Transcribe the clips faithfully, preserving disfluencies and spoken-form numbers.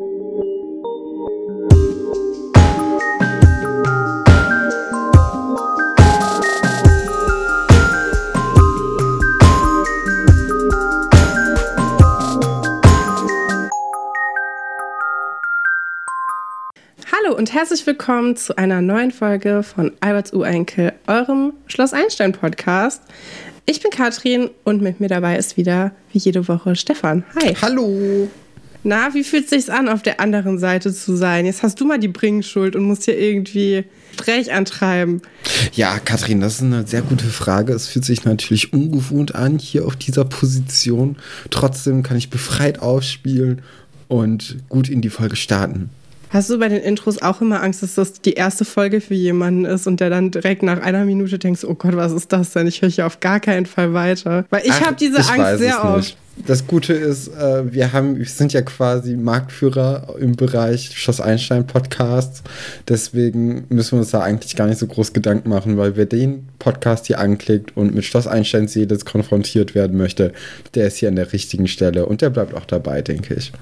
Hallo und herzlich willkommen zu einer neuen Folge von Alberts Urenkel, eurem Schloss Einstein Podcast. Ich bin Katrin und mit mir dabei ist wieder, wie jede Woche, Stefan. Hi. Hallo. Na, wie fühlt es sich an, auf der anderen Seite zu sein? Jetzt hast du mal die Bringschuld und musst hier irgendwie Gespräch antreiben. Ja, Katrin, das ist eine sehr gute Frage. Es fühlt sich natürlich ungewohnt an, hier auf dieser Position. Trotzdem kann ich befreit aufspielen und gut in die Folge starten. Hast du bei den Intros auch immer Angst, dass das die erste Folge für jemanden ist und der dann direkt nach einer Minute denkst, oh Gott, was ist das denn? Ich höre hier auf gar keinen Fall weiter. Weil ich habe diese ich Angst sehr oft. Nicht. Das Gute ist, äh, wir haben, wir sind ja quasi Marktführer im Bereich Schloss Einstein Podcasts. Deswegen müssen wir uns da eigentlich gar nicht so groß Gedanken machen, weil wer den Podcast hier anklickt und mit Schloss Einstein Seelitz konfrontiert werden möchte, der ist hier an der richtigen Stelle und der bleibt auch dabei, denke ich.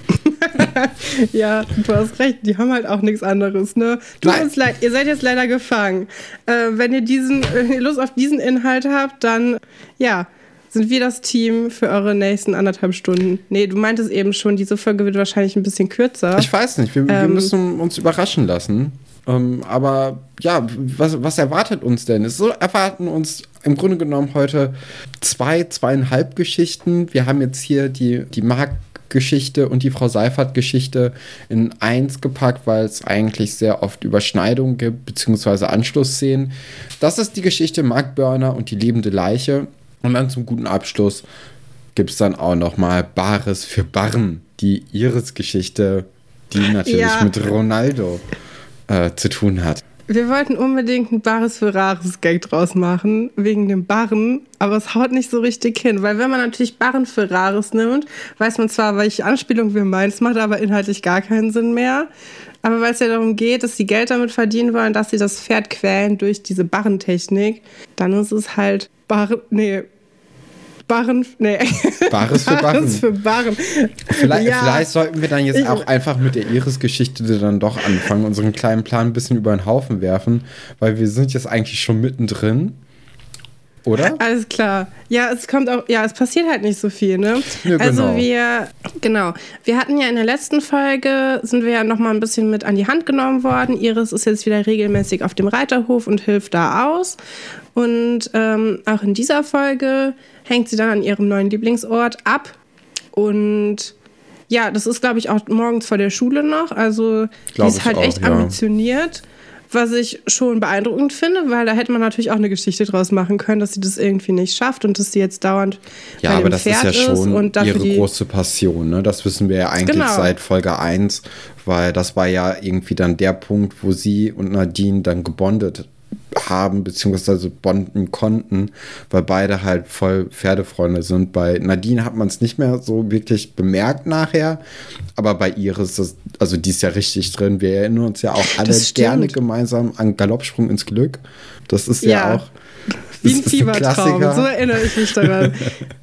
Ja, du hast recht, die haben halt auch nichts anderes, ne? Tut uns leid, ihr seid jetzt leider gefangen. Äh, wenn ihr diesen, wenn ihr Lust auf diesen Inhalt habt, dann, ja, sind wir das Team für eure nächsten anderthalb Stunden. Nee, du meintest eben schon, diese Folge wird wahrscheinlich ein bisschen kürzer. Ich weiß nicht, wir, ähm, wir müssen uns überraschen lassen. Ähm, aber ja, was, was erwartet uns denn? Es so erwarten uns im Grunde genommen heute zwei, zweieinhalb Geschichten. Wir haben jetzt hier die, die Marc-Geschichte und die Frau Seifert-Geschichte in eins gepackt, weil es eigentlich sehr oft Überschneidungen gibt, beziehungsweise Anschlussszenen. Das ist die Geschichte Marc Börner und die lebende Leiche. Und dann zum guten Abschluss gibt es dann auch noch mal Bares für Barren, die Iris-Geschichte, die natürlich ja. mit Ronaldo äh, zu tun hat. Wir wollten unbedingt ein Bares für Rares-Gag draus machen, wegen dem Barren, aber es haut nicht so richtig hin, weil wenn man natürlich Barren für Rares nimmt, weiß man zwar, welche Anspielung wir meinen, es macht aber inhaltlich gar keinen Sinn mehr. Aber weil es ja darum geht, dass sie Geld damit verdienen wollen, dass sie das Pferd quälen durch diese Barrentechnik, dann ist es halt Barren, nee, Barren, nee. Bares für Barren. Bares für Barren. Vielleicht, ja. vielleicht sollten wir dann jetzt auch einfach mit der Iris-Geschichte dann doch anfangen, unseren kleinen Plan ein bisschen über den Haufen werfen, weil wir sind jetzt eigentlich schon mittendrin. Oder? Alles klar. Ja, es kommt auch, ja, es passiert halt nicht so viel, ne? Ja, genau. Also wir, genau, wir hatten ja in der letzten Folge, sind wir ja nochmal ein bisschen mit an die Hand genommen worden. Iris ist jetzt wieder regelmäßig auf dem Reiterhof und hilft da aus. Und ähm, auch in dieser Folge hängt sie dann an ihrem neuen Lieblingsort ab. Und ja, das ist, glaube ich, auch morgens vor der Schule noch. Also die ist halt auch, echt ja. ambitioniert. Was ich schon beeindruckend finde, weil da hätte man natürlich auch eine Geschichte draus machen können, dass sie das irgendwie nicht schafft und dass sie jetzt dauernd ja, bei aber dem das Pferd ist ja schon und ihre die große Passion, ne? Das wissen wir ja eigentlich genau. seit Folge eins, weil das war ja irgendwie dann der Punkt, wo sie und Nadine dann gebondet haben, beziehungsweise bonden konnten, weil beide halt voll Pferdefreunde sind. Bei Nadine hat man es nicht mehr so wirklich bemerkt nachher, aber bei Iris, das, also die ist ja richtig drin. Wir erinnern uns ja auch alle gerne gemeinsam an Galoppsprung ins Glück. Das ist ja, ja auch wie ein Fiebertraum. So erinnere ich mich daran.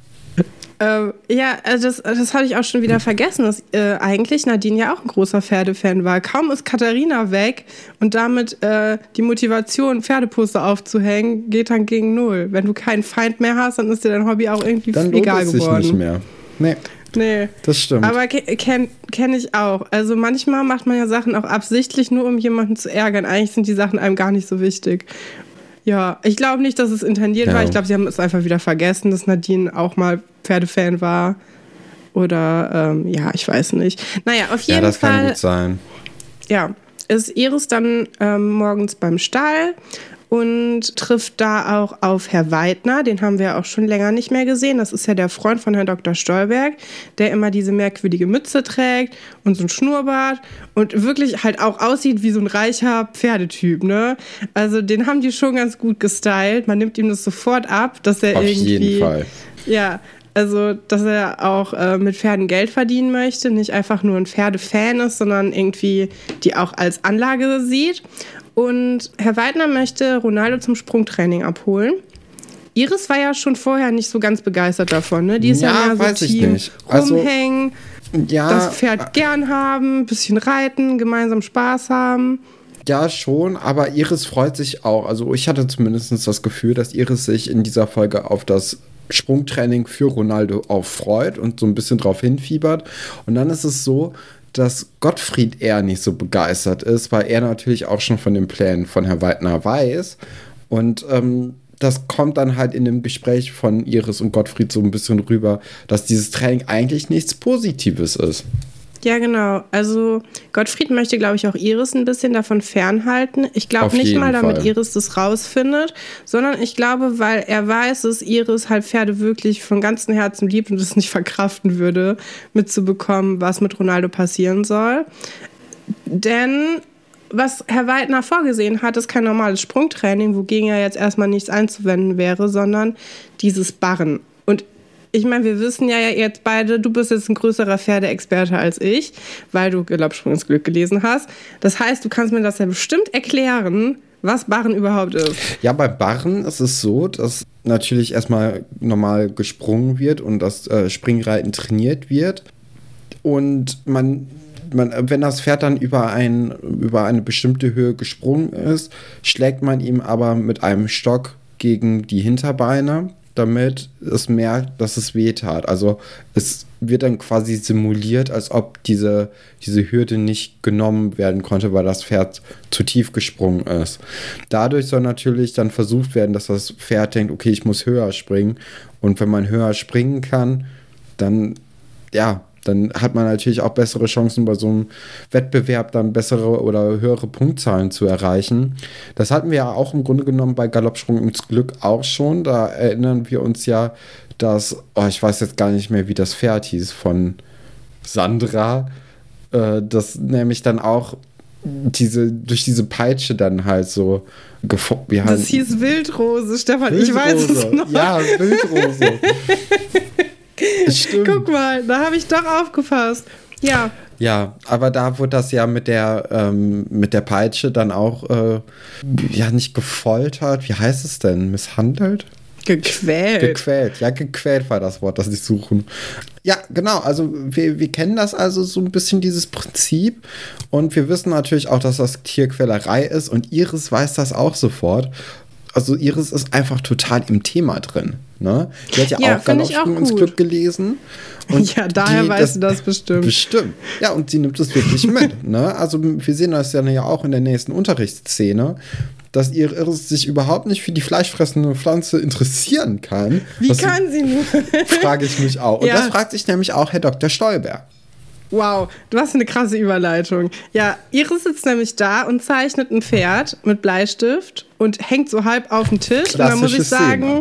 Ähm, ja, also das, das habe ich auch schon wieder vergessen, dass äh, eigentlich Nadine ja auch ein großer Pferdefan war. Kaum ist Katharina weg und damit äh, die Motivation, Pferdeposter aufzuhängen, geht dann gegen null. Wenn du keinen Feind mehr hast, dann ist dir dein Hobby auch irgendwie dann egal geworden. Dann lohnt es sich nicht mehr. Nee. Nee. Das stimmt. Aber kenne kenn ich auch. Also manchmal macht man ja Sachen auch absichtlich, nur um jemanden zu ärgern. Eigentlich sind die Sachen einem gar nicht so wichtig. Ja, ich glaube nicht, dass es intendiert ja. war. Ich glaube, sie haben es einfach wieder vergessen, dass Nadine auch mal Pferdefan war. Oder, ähm, ja, ich weiß nicht. Naja, auf jeden Fall. Ja, das Fall, kann gut sein. Ja, ist Iris dann ähm, morgens beim Stall und trifft da auch auf Herr Weidner. Den haben wir auch schon länger nicht mehr gesehen. Das ist ja der Freund von Herrn Doktor Stolberg, der immer diese merkwürdige Mütze trägt und so ein Schnurrbart und wirklich halt auch aussieht wie so ein reicher Pferdetyp, ne? Also den haben die schon ganz gut gestylt. Man nimmt ihm das sofort ab, dass er auf irgendwie... Auf jeden Fall. Ja, also dass er auch äh, mit Pferden Geld verdienen möchte, nicht einfach nur ein Pferdefan ist, sondern irgendwie die auch als Anlage sieht. Und Herr Weidner möchte Ronaldo zum Sprungtraining abholen. Iris war ja schon vorher nicht so ganz begeistert davon, ne? Die ist ja, Ja, mehr so weiß ich Team nicht. Also, rumhängen, Ja, das Pferd gern haben, bisschen reiten, gemeinsam Spaß haben. ja, schon, aber Iris freut sich auch. Also ich hatte zumindest das Gefühl, dass Iris sich in dieser Folge auf das Sprungtraining für Ronaldo auch freut und so ein bisschen drauf hinfiebert. Und dann ist es so, dass Gottfried eher nicht so begeistert ist, weil er natürlich auch schon von den Plänen von Herrn Weidner weiß. Und ähm, das kommt dann halt in dem Gespräch von Iris und Gottfried so ein bisschen rüber, dass dieses Training eigentlich nichts Positives ist. Ja, genau. Also Gottfried möchte, glaube ich, auch Iris ein bisschen davon fernhalten. Ich glaube Auf nicht jeden mal, damit Fall. Iris das rausfindet, sondern ich glaube, weil er weiß, dass Iris halt Pferde wirklich von ganzem Herzen liebt und es nicht verkraften würde, mitzubekommen, was mit Ronaldo passieren soll. Denn was Herr Weidner vorgesehen hat, ist kein normales Sprungtraining, wogegen ja jetzt erstmal nichts einzuwenden wäre, sondern dieses Barren. Und ich meine, wir wissen ja jetzt beide, du bist jetzt ein größerer Pferdeexperte als ich, weil du Galoppsprung ins Glück gelesen hast. Das heißt, du kannst mir das ja bestimmt erklären, was Barren überhaupt ist. Ja, bei Barren ist es so, dass natürlich erstmal normal gesprungen wird und das äh, Springreiten trainiert wird. Und man, man, wenn das Pferd dann über, ein, über eine bestimmte Höhe gesprungen ist, schlägt man ihm aber mit einem Stock gegen die Hinterbeine, damit es merkt, dass es weh tat. Also es wird dann quasi simuliert, als ob diese, diese Hürde nicht genommen werden konnte, weil das Pferd zu tief gesprungen ist. Dadurch soll natürlich dann versucht werden, dass das Pferd denkt, okay, ich muss höher springen. Und wenn man höher springen kann, dann, ja, dann hat man natürlich auch bessere Chancen, bei so einem Wettbewerb dann bessere oder höhere Punktzahlen zu erreichen. Das hatten wir ja auch im Grunde genommen bei Galoppsprung ins Glück auch schon. Da erinnern wir uns ja, dass, oh, ich weiß jetzt gar nicht mehr, wie das Pferd hieß, von Sandra, äh, das nämlich dann auch diese, durch diese Peitsche dann halt so gefo- ja, Das hieß Wildrose, Stefan, Wildrose. ich weiß es noch. Ja, Wildrose. Stimmt. Guck mal, da habe ich doch aufgepasst. Ja. Ja, aber da wurde das ja mit der, ähm, mit der Peitsche dann auch äh, ja nicht gefoltert. Wie heißt es denn? Misshandelt? Gequält. Gequält. Ja, gequält war das Wort, das ich suchen. Ja, genau. Also wir, wir kennen das also so ein bisschen, dieses Prinzip. Und wir wissen natürlich auch, dass das Tierquälerei ist. Und Iris weiß das auch sofort. Also Iris ist einfach total im Thema drin. Ne? Die hat ja, Ja, auch find ich Galoppsprung auch ins gut. Glück gelesen. Und Ja, daher die, weißt du das bestimmt. Bestimmt. Ja, und sie nimmt es wirklich mit. Ne? Also wir sehen das ja auch in der nächsten Unterrichtsszene, dass Iris sich überhaupt nicht für die fleischfressende Pflanze interessieren kann. Wie Das kann sie nur? frage ich mich auch. Und Ja. das fragt sich nämlich auch Herr Doktor Stolberg. Wow, du hast eine krasse Überleitung. Ja, Iris sitzt nämlich da und zeichnet ein Pferd mit Bleistift und hängt so halb auf den Tisch. Und da muss Klassische ich sagen,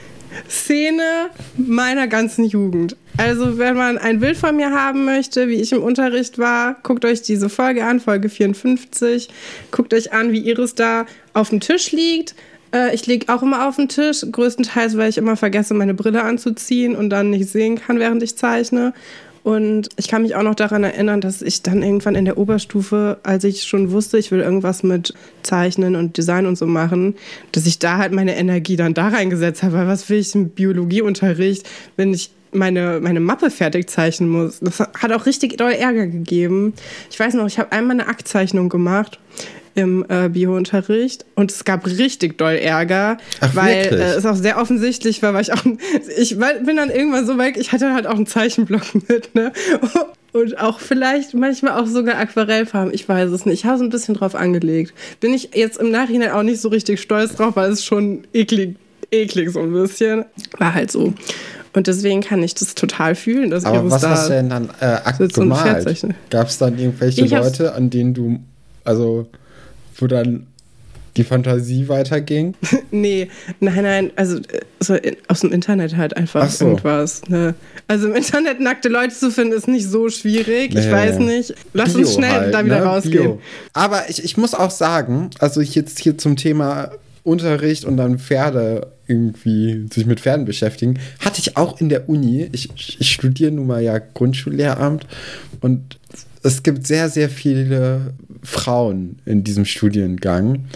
Szene meiner ganzen Jugend. Also wenn man ein Bild von mir haben möchte, wie ich im Unterricht war, guckt euch diese Folge an, Folge vierundfünfzig. Guckt euch an, wie Iris da auf dem Tisch liegt. Äh, ich liege auch immer auf dem Tisch, größtenteils, weil ich immer vergesse, meine Brille anzuziehen und dann nicht sehen kann, während ich zeichne. Und ich kann mich auch noch daran erinnern, dass ich dann irgendwann in der Oberstufe, als ich schon wusste, ich will irgendwas mit Zeichnen und Design und so machen, dass ich da halt meine Energie dann da reingesetzt habe. Weil was will ich im Biologieunterricht, wenn ich meine, meine Mappe fertig zeichnen muss? Das hat auch richtig doll Ärger gegeben. Ich weiß noch, ich habe einmal eine Aktzeichnung gemacht im äh, Biounterricht und es gab richtig doll Ärger, Ach, weil wirklich? äh, es auch sehr offensichtlich war, weil ich auch, ich bin dann irgendwann so weg, ich hatte halt auch einen Zeichenblock mit, ne? Und auch vielleicht manchmal auch sogar Aquarellfarben, ich weiß es nicht. Ich habe so ein bisschen drauf angelegt. Bin ich jetzt im Nachhinein auch nicht so richtig stolz drauf, weil es schon eklig, eklig so ein bisschen. War halt so. Und deswegen kann ich das total fühlen, dass Aber Iris was da hast du denn dann äh, akt sitzt und gemalt? Pferd zeichnet. Gab es dann irgendwelche Ich hab's- Leute, an denen du, also wo dann die Fantasie weiterging? Nee, nein, nein, also äh, so in, aus dem Internet halt einfach Ach so. irgendwas. Ne? Also im Internet nackte Leute zu finden, ist nicht so schwierig. Ich Nee. weiß nicht. Lass Bio uns schnell halt, da wieder ne? rausgehen. Bio. Aber ich, ich muss auch sagen, also ich jetzt hier zum Thema Unterricht und dann Pferde irgendwie sich mit Pferden beschäftigen, hatte ich auch in der Uni. Ich, ich studiere nun mal ja Grundschullehramt und es gibt sehr, sehr viele Frauen in diesem Studiengang.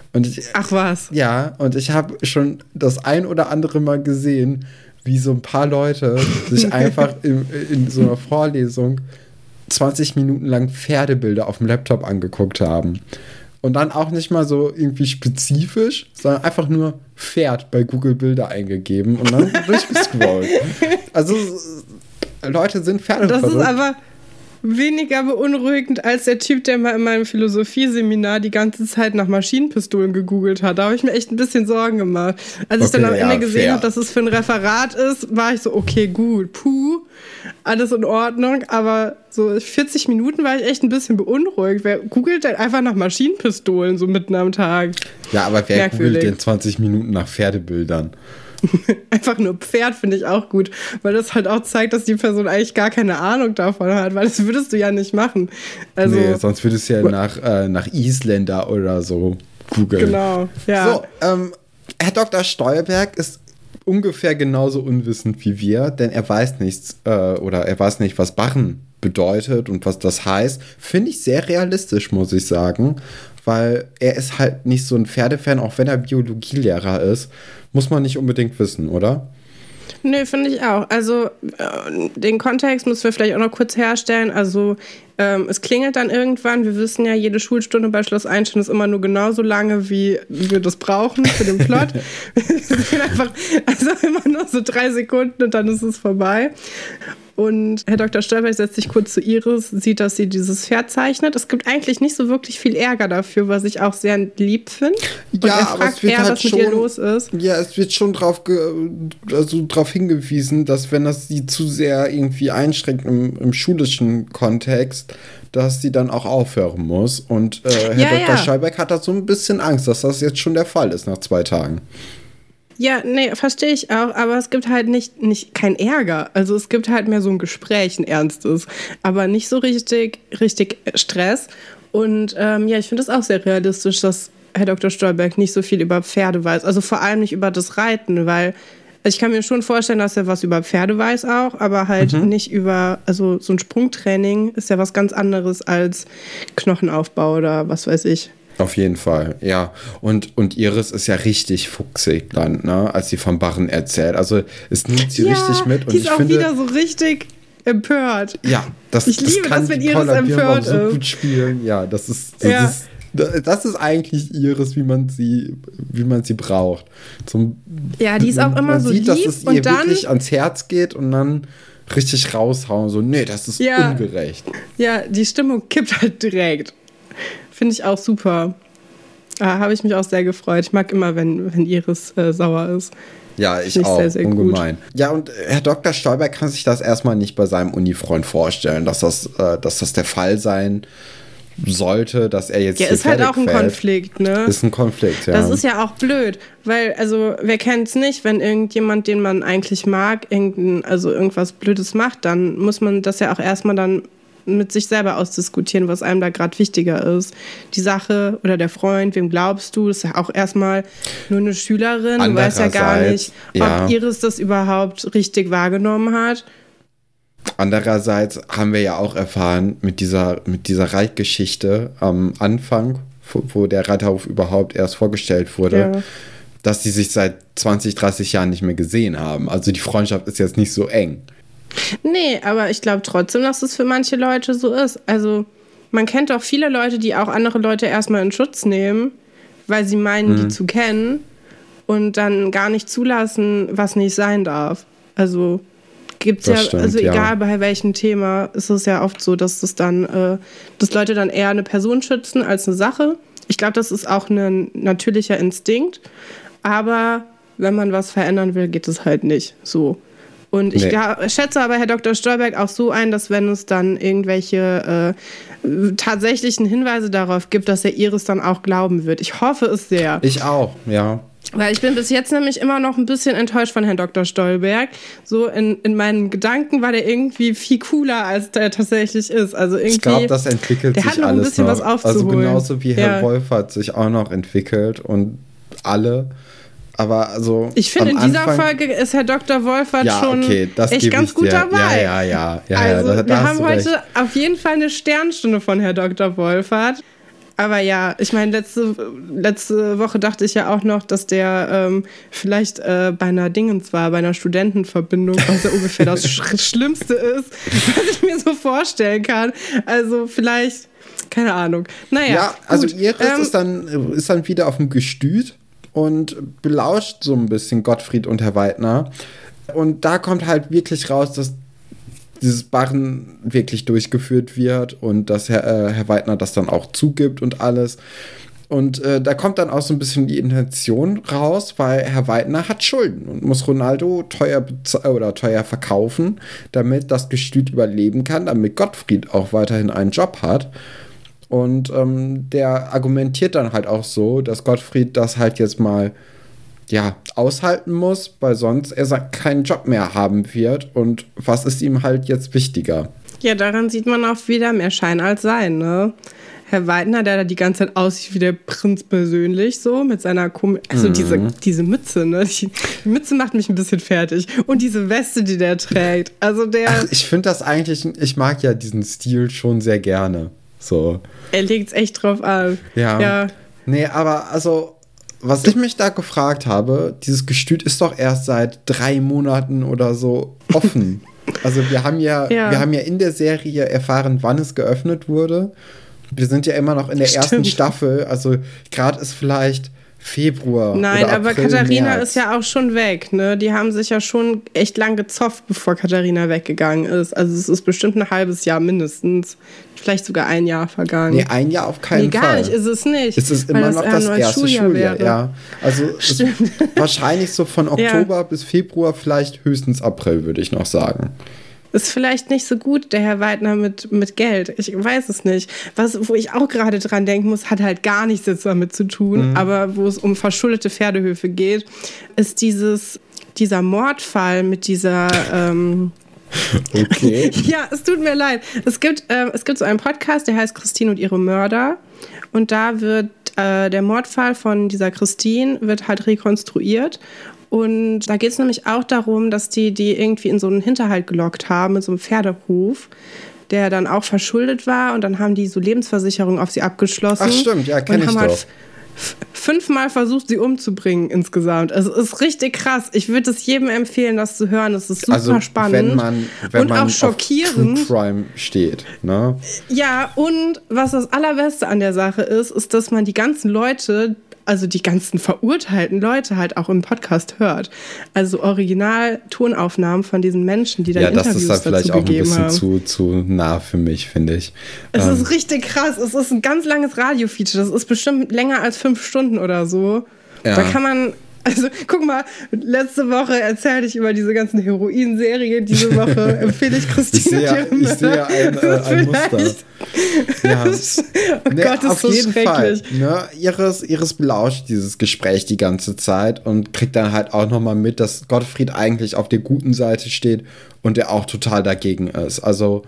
Und ich, Ach was. Ja, und ich habe schon das ein oder andere Mal gesehen, wie so ein paar Leute sich einfach in, in so einer Vorlesung zwanzig Minuten lang Pferdebilder auf dem Laptop angeguckt haben. Und dann auch nicht mal so irgendwie spezifisch, sondern einfach nur Pferd bei Google Bilder eingegeben und dann durchgescrollt. Also Leute sind Pferdeverrückt. Das ist aber weniger beunruhigend als der Typ, der mal in meinem Philosophieseminar die ganze Zeit nach Maschinenpistolen gegoogelt hat. Da habe ich mir echt ein bisschen Sorgen gemacht. Als ich Okay, dann am Ende ja, gesehen habe, dass es für ein Referat ist, war ich so, okay, gut, puh, alles in Ordnung. Aber so vierzig Minuten war ich echt ein bisschen beunruhigt. Wer googelt denn einfach nach Maschinenpistolen so mitten am Tag? Ja, aber wer Merkwürdig. googelt denn zwanzig Minuten nach Pferdebildern? Einfach nur Pferd finde ich auch gut, weil das halt auch zeigt, dass die Person eigentlich gar keine Ahnung davon hat, weil das würdest du ja nicht machen. Also, nee, sonst würdest du ja nach, äh, nach Isländer oder so googeln. Genau, ja. So, ähm, Herr Doktor Stolberg ist ungefähr genauso unwissend wie wir, denn er weiß nichts äh, oder er weiß nicht, was Barren bedeutet und was das heißt. Finde ich sehr realistisch, muss ich sagen, weil er ist halt nicht so ein Pferdefan, auch wenn er Biologielehrer ist. Muss man nicht unbedingt wissen, oder? Nö, finde ich auch. Also äh, den Kontext müssen wir vielleicht auch noch kurz herstellen. Also ähm, es klingelt dann irgendwann. Wir wissen ja, jede Schulstunde bei Schloss Einstein ist immer nur genauso lange, wie wir das brauchen für den Plot. Es sind einfach, also immer nur so drei Sekunden und dann ist es vorbei. Und Herr Doktor Stolberg setzt sich kurz zu Iris, sieht, dass sie dieses Pferd zeichnet. Es gibt eigentlich nicht so wirklich viel Ärger dafür, was ich auch sehr lieb finde. Und Ja, er aber fragt es wird eher, halt was mit schon, ihr los ist. Ja, es wird schon drauf, ge, also drauf hingewiesen, dass wenn das sie zu sehr irgendwie einschränkt im, im schulischen Kontext, dass sie dann auch aufhören muss. Und äh, Herr Ja, Doktor ja. Stolberg hat da so ein bisschen Angst, dass das jetzt schon der Fall ist nach zwei Tagen. Ja, nee, verstehe ich auch, aber es gibt halt nicht, nicht kein Ärger. Also es gibt halt mehr so ein Gespräch, ein ernstes, aber nicht so richtig, richtig Stress. Und ähm, ja, ich finde es auch sehr realistisch, dass Herr Doktor Stolberg nicht so viel über Pferde weiß. Also vor allem nicht über das Reiten, weil also ich kann mir schon vorstellen, dass er was über Pferde weiß auch, aber halt Mhm. nicht über, also so ein Sprungtraining ist ja was ganz anderes als Knochenaufbau oder was weiß ich. Auf jeden Fall, ja. Und, und Iris ist ja richtig fuchsig dann, ne, als sie von Barren erzählt. Also es nimmt sie Ja, richtig mit. Und die ist ich auch finde, wieder so richtig empört. ja, das, Ich das liebe kann das, wenn die Iris Paula Birnbaum empört so ist. gut spielen. Ja, das ist, das Ja. ist das ist eigentlich Iris, wie man sie, wie man sie braucht. Zum, Ja, die ist auch immer man so sieht, dass lieb es ihr und dann- wirklich ans Herz geht und dann richtig raushauen. So, nee, das ist Ja. ungerecht. Ja, die Stimmung kippt halt direkt. Finde ich auch super. Ah, habe ich mich auch sehr gefreut. Ich mag immer, wenn, wenn Iris äh, sauer ist. Ja, ich Finde ich auch. sehr, sehr gut. Ungemein. Ja, und Herr Doktor Stolberg kann sich das erstmal nicht bei seinem Unifreund vorstellen, dass das, äh, dass das der Fall sein sollte, dass er jetzt Ja, hier ist halt Pferde auch ein quält. Konflikt, ne? Ist ein Konflikt, ja. Das ist ja auch blöd, weil, also, wer kennt es nicht, wenn irgendjemand, den man eigentlich mag, irgendein, also irgendwas Blödes macht, dann muss man das ja auch erstmal dann mit sich selber ausdiskutieren, was einem da gerade wichtiger ist. Die Sache oder der Freund, wem glaubst du? Das ist ja auch erstmal nur eine Schülerin. Du weißt ja gar nicht, ob ja. Iris das überhaupt richtig wahrgenommen hat. Andererseits haben wir ja auch erfahren mit dieser, mit dieser Reitgeschichte am Anfang, wo, wo der Reiterhof überhaupt erst vorgestellt wurde, Ja. dass die sich seit zwanzig, dreißig Jahren nicht mehr gesehen haben. Also die Freundschaft ist jetzt nicht so eng. Nee, aber ich glaube trotzdem, dass es für manche Leute so ist. Also man kennt doch viele Leute, die auch andere Leute erstmal in Schutz nehmen, weil sie meinen, die zu kennen und dann gar nicht zulassen, was nicht sein darf. Also gibt's Das ja, stimmt, also ja. egal bei welchem Thema, ist es ja oft so, dass das dann, äh, dass Leute dann eher eine Person schützen als eine Sache. Ich glaube, das ist auch ein natürlicher Instinkt, aber wenn man was verändern will, geht es halt nicht so. Und ich Nee. glaub, schätze aber Herr Doktor Stolberg auch so ein, dass wenn es dann irgendwelche äh, tatsächlichen Hinweise darauf gibt, dass er Iris dann auch glauben wird. Ich hoffe es sehr. Ich auch, ja. Weil ich bin bis jetzt nämlich immer noch ein bisschen enttäuscht von Herrn Doktor Stolberg. So in, in meinen Gedanken war der irgendwie viel cooler, als der tatsächlich ist. Also irgendwie, Ich glaube, das entwickelt der sich hat noch ein alles bisschen noch. was aufzuholen. Also genauso wie Herr Ja. Wolfert sich auch noch entwickelt und alle. Aber also Ich finde, am in dieser Anfang, Folge ist Herr Doktor Wolfert ja, schon okay, das echt gebe ganz ich gut dir. dabei. Ja, ja, ja. ja, Also, ja da, da wir hast haben du heute recht. auf jeden Fall eine Sternstunde von Herr Doktor Wolfert. Aber ja, ich meine, letzte, letzte Woche dachte ich ja auch noch, dass der ähm, vielleicht äh, bei einer Dingens war, bei einer Studentenverbindung, was ja ungefähr das Sch- Schlimmste ist, was ich mir so vorstellen kann. Also vielleicht, keine Ahnung. Naja, ja, also gut. Iris ähm, ist, dann, ist dann wieder auf dem Gestüt und belauscht so ein bisschen Gottfried und Herr Weidner. Und da kommt halt wirklich raus, dass dieses Barren wirklich durchgeführt wird und dass Herr, äh, Herr Weidner das dann auch zugibt und alles. Und äh, da kommt dann auch so ein bisschen die Intention raus, weil Herr Weidner hat Schulden und muss Ronaldo teuer beza- oder teuer verkaufen, damit das Gestüt überleben kann, damit Gottfried auch weiterhin einen Job hat. Und ähm, der argumentiert dann halt auch so, dass Gottfried das halt jetzt mal ja, aushalten muss, weil sonst er sagt, keinen Job mehr haben wird. Und was ist ihm halt jetzt wichtiger? Ja, daran sieht man auch wieder mehr Schein als Sein, ne? Herr Weidner, der da die ganze Zeit aussieht wie der Prinz persönlich, so mit seiner Kom- also mhm. diese, diese Mütze, ne? Die, die Mütze macht mich ein bisschen fertig. Und diese Weste, die der trägt. Also der. Ach, ich finde das eigentlich, ich mag ja diesen Stil schon sehr gerne. So. Er legt's echt drauf an. Ja. ja. Nee, aber also. Was ich mich da gefragt habe, dieses Gestüt ist doch erst seit drei Monaten oder so offen. Also wir haben ja, ja, wir haben ja in der Serie erfahren, wann es geöffnet wurde. Wir sind ja immer noch in der Stimmt. ersten Staffel. Also gerade ist vielleicht Februar. Nein, oder aber April, Katharina März. ist ja auch schon weg, ne? Die haben sich ja schon echt lang gezofft, bevor Katharina weggegangen ist. Also es ist bestimmt ein halbes Jahr mindestens. Vielleicht sogar ein Jahr vergangen. Nee, ein Jahr auf keinen nee, gar Fall. nicht, ist es nicht. Es ist immer noch das erste Schuljahr, Schuljahr ja. Also es wahrscheinlich so von Oktober ja. bis Februar, vielleicht höchstens April, würde ich noch sagen. Ist vielleicht nicht so gut, der Herr Weidner mit, mit Geld. Ich weiß es nicht. Was, wo ich auch gerade dran denken muss, hat halt gar nichts jetzt damit zu tun. Mhm. Aber wo es um verschuldete Pferdehöfe geht, ist dieses, dieser Mordfall mit dieser... Ähm, Okay. Ja, es tut mir leid. Es gibt, äh, es gibt so einen Podcast, der heißt Christine und ihre Mörder. Und da wird äh, der Mordfall von dieser Christine wird halt rekonstruiert. Und da geht es nämlich auch darum, dass die die irgendwie in so einen Hinterhalt gelockt haben, in so einem Pferdehof, der dann auch verschuldet war. Und dann haben die so Lebensversicherungen auf sie abgeschlossen. Ach stimmt, ja, kenn ich doch. Halt fünfmal versucht, sie umzubringen insgesamt. Also es ist richtig krass. Ich würde es jedem empfehlen, das zu hören. Das ist super also, spannend. Wenn man, wenn und man auch schockierend. auf True Crime steht. Ne? Ja, und was das Allerbeste an der Sache ist, ist, dass man die ganzen Leute, also die ganzen verurteilten Leute halt auch im Podcast hört. Also Original-Tonaufnahmen von diesen Menschen, die dann ja, Interviews dazu gegeben haben. Ja, das ist dann vielleicht auch ein bisschen zu, zu nah für mich, finde ich. Es ähm. ist richtig krass. Es ist ein ganz langes Radio-Feature. Das ist bestimmt länger als fünf Stunden oder so. Ja. Da kann man... Also, guck mal, letzte Woche erzählte ich über diese ganzen Heroin-Serien. Diese Woche empfehle ich Christine. Ich sehe, ich sehe ein, äh, ein Muster. Ja. Oh nee, Gott, ist auf so jeden schrecklich. Fall. Ne? Iris, Iris belauscht dieses Gespräch die ganze Zeit und kriegt dann halt auch nochmal mit, dass Gottfried eigentlich auf der guten Seite steht und er auch total dagegen ist. Also,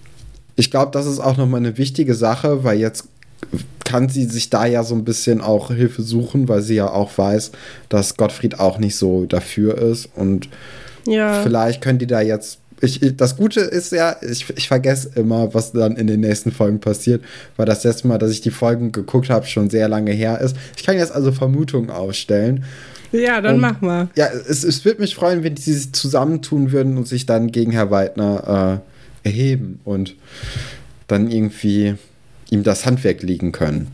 ich glaube, das ist auch nochmal eine wichtige Sache, weil jetzt kann sie sich da ja so ein bisschen auch Hilfe suchen, weil sie ja auch weiß, dass Gottfried auch nicht so dafür ist und ja. Vielleicht können die da jetzt ich, ich, das Gute ist ja, ich, ich vergesse immer, was dann in den nächsten Folgen passiert, weil das letzte Mal, dass ich die Folgen geguckt habe, schon sehr lange her ist. Ich kann jetzt also Vermutungen aufstellen. Ja, dann und, mach mal. Ja, es, es würde mich freuen, wenn die sich zusammentun würden und sich dann gegen Herr Weidner äh, erheben und dann irgendwie ihm das Handwerk liegen können.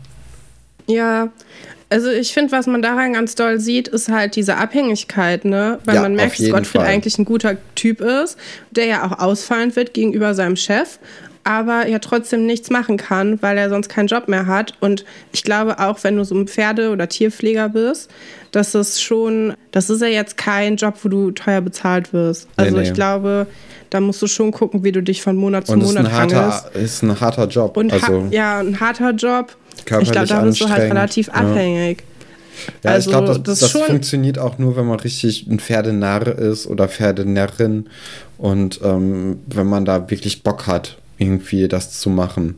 Ja, also ich finde, was man daran ganz doll sieht, ist halt diese Abhängigkeit, ne? Weil ja, man merkt, dass Gottfried Fall. eigentlich ein guter Typ ist, der ja auch ausfallend wird gegenüber seinem Chef, aber ja trotzdem nichts machen kann, weil er sonst keinen Job mehr hat. Und ich glaube auch, wenn du so ein Pferde- oder Tierpfleger bist, dass es schon, das ist ja jetzt kein Job, wo du teuer bezahlt wirst. Also nee, nee. ich glaube, da musst du schon gucken, wie du dich von Monat zu und Monat ist ein harter, ist ein harter Job. Und also ha- ja, ein harter Job. Ich glaube, da bist du halt relativ ja. abhängig. Ja, also, ich glaube, das, das, das schon funktioniert auch nur, wenn man richtig ein Pferdenarr ist oder Pferdenärrin und ähm, wenn man da wirklich Bock hat, irgendwie das zu machen.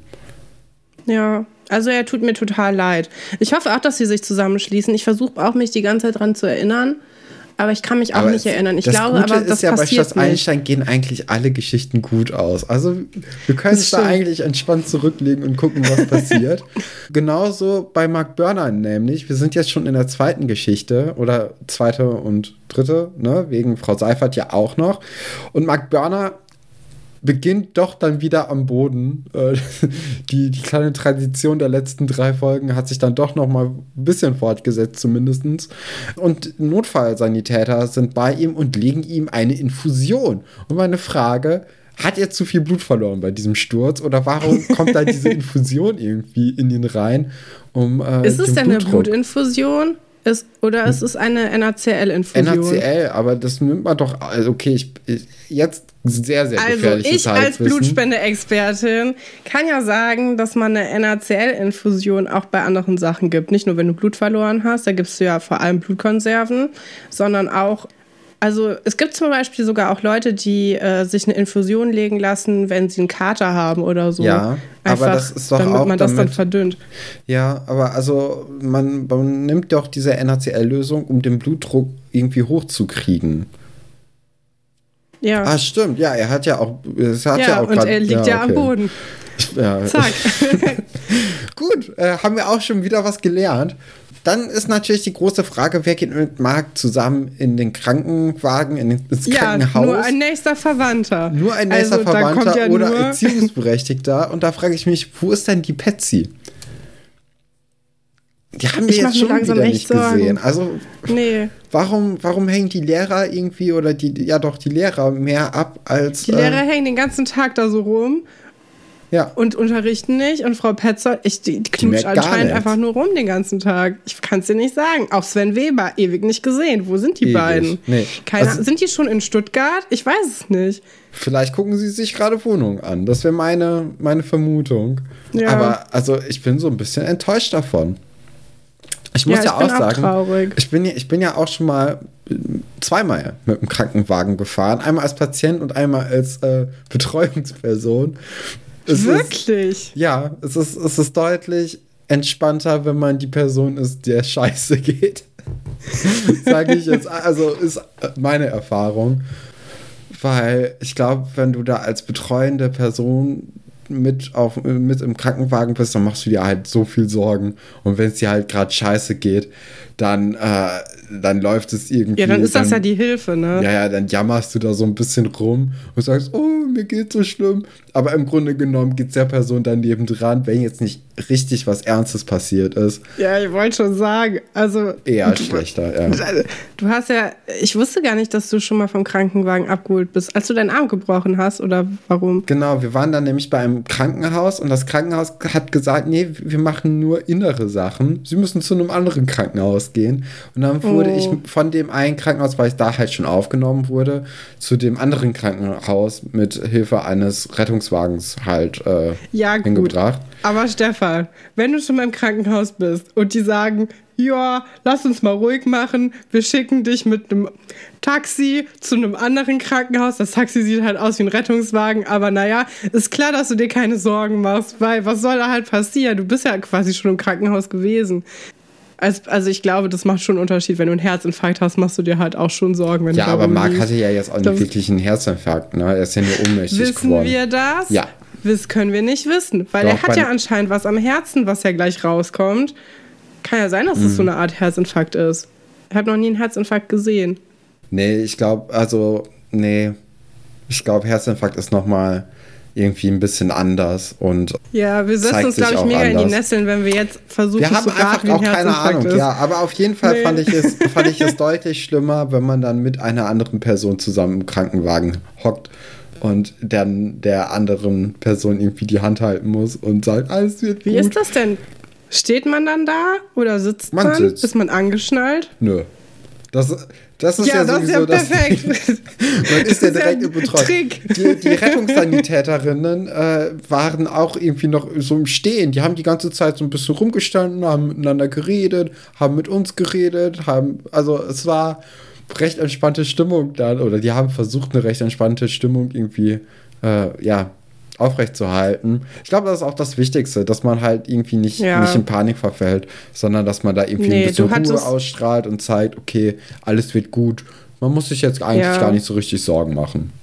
Ja, also er tut mir total leid. Ich hoffe auch, dass sie sich zusammenschließen. Ich versuche auch, mich die ganze Zeit dran zu erinnern. aber ich kann mich auch aber nicht es, erinnern. Ich das glaube, Gute aber das ist ja, bei passiert Schloss nicht. Einstein gehen eigentlich alle Geschichten gut aus. Also wir können Das es da stimmt. eigentlich entspannt zurücklegen und gucken, was passiert. Genauso bei Mark Börner nämlich. Wir sind jetzt schon in der zweiten Geschichte oder zweite und dritte, ne? Wegen Frau Seifert ja auch noch. Und Mark Börner beginnt doch dann wieder am Boden. Äh, die, die kleine Tradition der letzten drei Folgen hat sich dann doch noch mal ein bisschen fortgesetzt zumindest. Und Notfallsanitäter sind bei ihm und legen ihm eine Infusion. Und meine Frage, hat er zu viel Blut verloren bei diesem Sturz? Oder warum kommt da diese Infusion irgendwie in ihn rein? Um, äh, Ist es den denn eine Blutdruck- Blutinfusion? Ist, oder ist es eine N A C L-Infusion? N A C L, aber das nimmt man doch. Also okay, ich, ich jetzt sehr, sehr Also gefährliches ich als Halbwissen. Blutspende-Expertin kann ja sagen, dass man eine N A C L-Infusion auch bei anderen Sachen gibt. Nicht nur, wenn du Blut verloren hast, da gibst du ja vor allem Blutkonserven, sondern auch, also es gibt zum Beispiel sogar auch Leute, die äh, sich eine Infusion legen lassen, wenn sie einen Kater haben oder so. Ja, Einfach, aber das ist doch damit auch man das dann damit- verdünnt. Ja, aber also man, man nimmt doch diese N A C L-Lösung, um den Blutdruck irgendwie hochzukriegen. Ja, Ah, stimmt. Ja, er hat ja auch. Es hat ja, ja auch und grad- er liegt ja, okay. am Boden. Ja. Zack. Gut, äh, haben wir auch schon wieder was gelernt. Dann ist natürlich die große Frage, wer geht mit Marc zusammen in den Krankenwagen, in den, ins Ja, Krankenhaus? nur ein nächster Verwandter. Nur ein nächster Also, da Verwandter kommt ja oder nur- Erziehungsberechtigter. Und da frage ich mich, wo ist denn die Patsy? Die haben wir Ich mach jetzt mir schon langsam wieder echt nicht Sorgen. gesehen. Also Nee, warum, warum hängen die Lehrer irgendwie oder die, ja doch, die Lehrer mehr ab als. die Lehrer äh, hängen den ganzen Tag da so rum ja. und unterrichten nicht. Und Frau Petzold, ich, die, die knutscht merkt gar anscheinend nichts. einfach nur rum den ganzen Tag. Ich kann es dir nicht sagen. Auch Sven Weber, ewig nicht gesehen. Wo sind die Ewig. beiden? Nee. Keine, Also- sind die schon in Stuttgart? Ich weiß es nicht. Vielleicht gucken sie sich gerade Wohnungen an. Das wäre meine, meine Vermutung. Ja. Aber also ich bin so ein bisschen enttäuscht davon. Ich muss Ja, ja, ich bin auch auch sagen, traurig. ich bin, ja- ich bin ja auch schon mal äh, zweimal mit dem Krankenwagen gefahren. Einmal als Patient und einmal als äh, Betreuungsperson. Es ist, Wirklich? ja, es ist, es ist deutlich entspannter, wenn man die Person ist, der scheiße geht. Sage ich jetzt. Also ist meine Erfahrung. Weil ich glaube, wenn du da als betreuende Person mit, auf, mit im Krankenwagen bist, dann machst du dir halt so viel Sorgen. Und wenn es dir halt gerade scheiße geht, dann, äh, dann läuft es irgendwie. Ja, dann ist das ja die Hilfe, ne? Ja, ja, dann jammerst du da so ein bisschen rum und sagst, oh, mir geht's so schlimm. Aber im Grunde genommen geht's der Person daneben dran, wenn jetzt nicht richtig was Ernstes passiert ist. Ja, ich wollte schon sagen, also Eher schlechter, ja. du hast ja, ich wusste gar nicht, dass du schon mal vom Krankenwagen abgeholt bist, als du deinen Arm gebrochen hast, oder warum? Genau, wir waren dann nämlich bei einem Krankenhaus und das Krankenhaus hat gesagt, nee, wir machen nur innere Sachen. Sie müssen zu einem anderen Krankenhaus gehen. Und dann wurde Oh. ich von dem einen Krankenhaus, weil ich da halt schon aufgenommen wurde, zu dem anderen Krankenhaus mit Hilfe eines Rettungswagens halt äh, Ja, gut. hingebracht. Aber Stefan, wenn du schon beim Krankenhaus bist und die sagen, ja, lass uns mal ruhig machen, wir schicken dich mit einem Taxi zu einem anderen Krankenhaus. Das Taxi sieht halt aus wie ein Rettungswagen, aber naja, ist klar, dass du dir keine Sorgen machst, weil was soll da halt passieren? Du bist ja quasi schon im Krankenhaus gewesen. Also, also ich glaube, das macht schon einen Unterschied. Wenn du einen Herzinfarkt hast, machst du dir halt auch schon Sorgen. Wenn Ja, du da aber Marc rumliegst. hatte ja jetzt auch nicht Das- wirklich einen Herzinfarkt, ne? Er ist ja nur ohnmächtig Wissen geworden. wir das? Ja. Das können wir nicht wissen, weil Doch, er hat bei- ja anscheinend was am Herzen, was ja gleich rauskommt. Kann ja sein, dass es Mhm. so eine Art Herzinfarkt ist. Ich habe noch nie einen Herzinfarkt gesehen. Nee, ich glaube, also, nee. Ich glaube, Herzinfarkt ist nochmal irgendwie ein bisschen anders und Ja, wir setzen Zeigt uns, sich glaube ich, auch mega in die anders. Nesseln, wenn wir jetzt versuchen wir haben zu raten, einfach wie ein auch keine Herzinfarkt Ahnung. ist. Ja, aber auf jeden Fall Nee. fand ich, es, fand ich es deutlich schlimmer, wenn man dann mit einer anderen Person zusammen im Krankenwagen hockt und dann der anderen Person irgendwie die Hand halten muss und sagt, alles wird Wie gut. ist das denn? Steht man dann da oder sitzt Man man? sitzt. Ist man angeschnallt? Nö. Das, das ist ja, Ja, das ist ja sowieso das perfekt. Ding. Man ist ja Das ist ja direkt ein im Betreuung. Trick. Die, die Rettungssanitäterinnen äh, waren auch irgendwie noch so im Stehen. Die haben die ganze Zeit so ein bisschen rumgestanden, haben miteinander geredet, haben mit uns geredet, haben, also es war recht entspannte Stimmung dann, oder die haben versucht, eine recht entspannte Stimmung irgendwie, äh, ja, aufrechtzuerhalten. Ich glaube, das ist auch das Wichtigste, dass man halt irgendwie nicht, Ja. nicht in Panik verfällt, sondern dass man da irgendwie Nee, ein bisschen du Ruhe hattest- ausstrahlt und zeigt, okay, alles wird gut. Man muss sich jetzt eigentlich Ja. gar nicht so richtig Sorgen machen.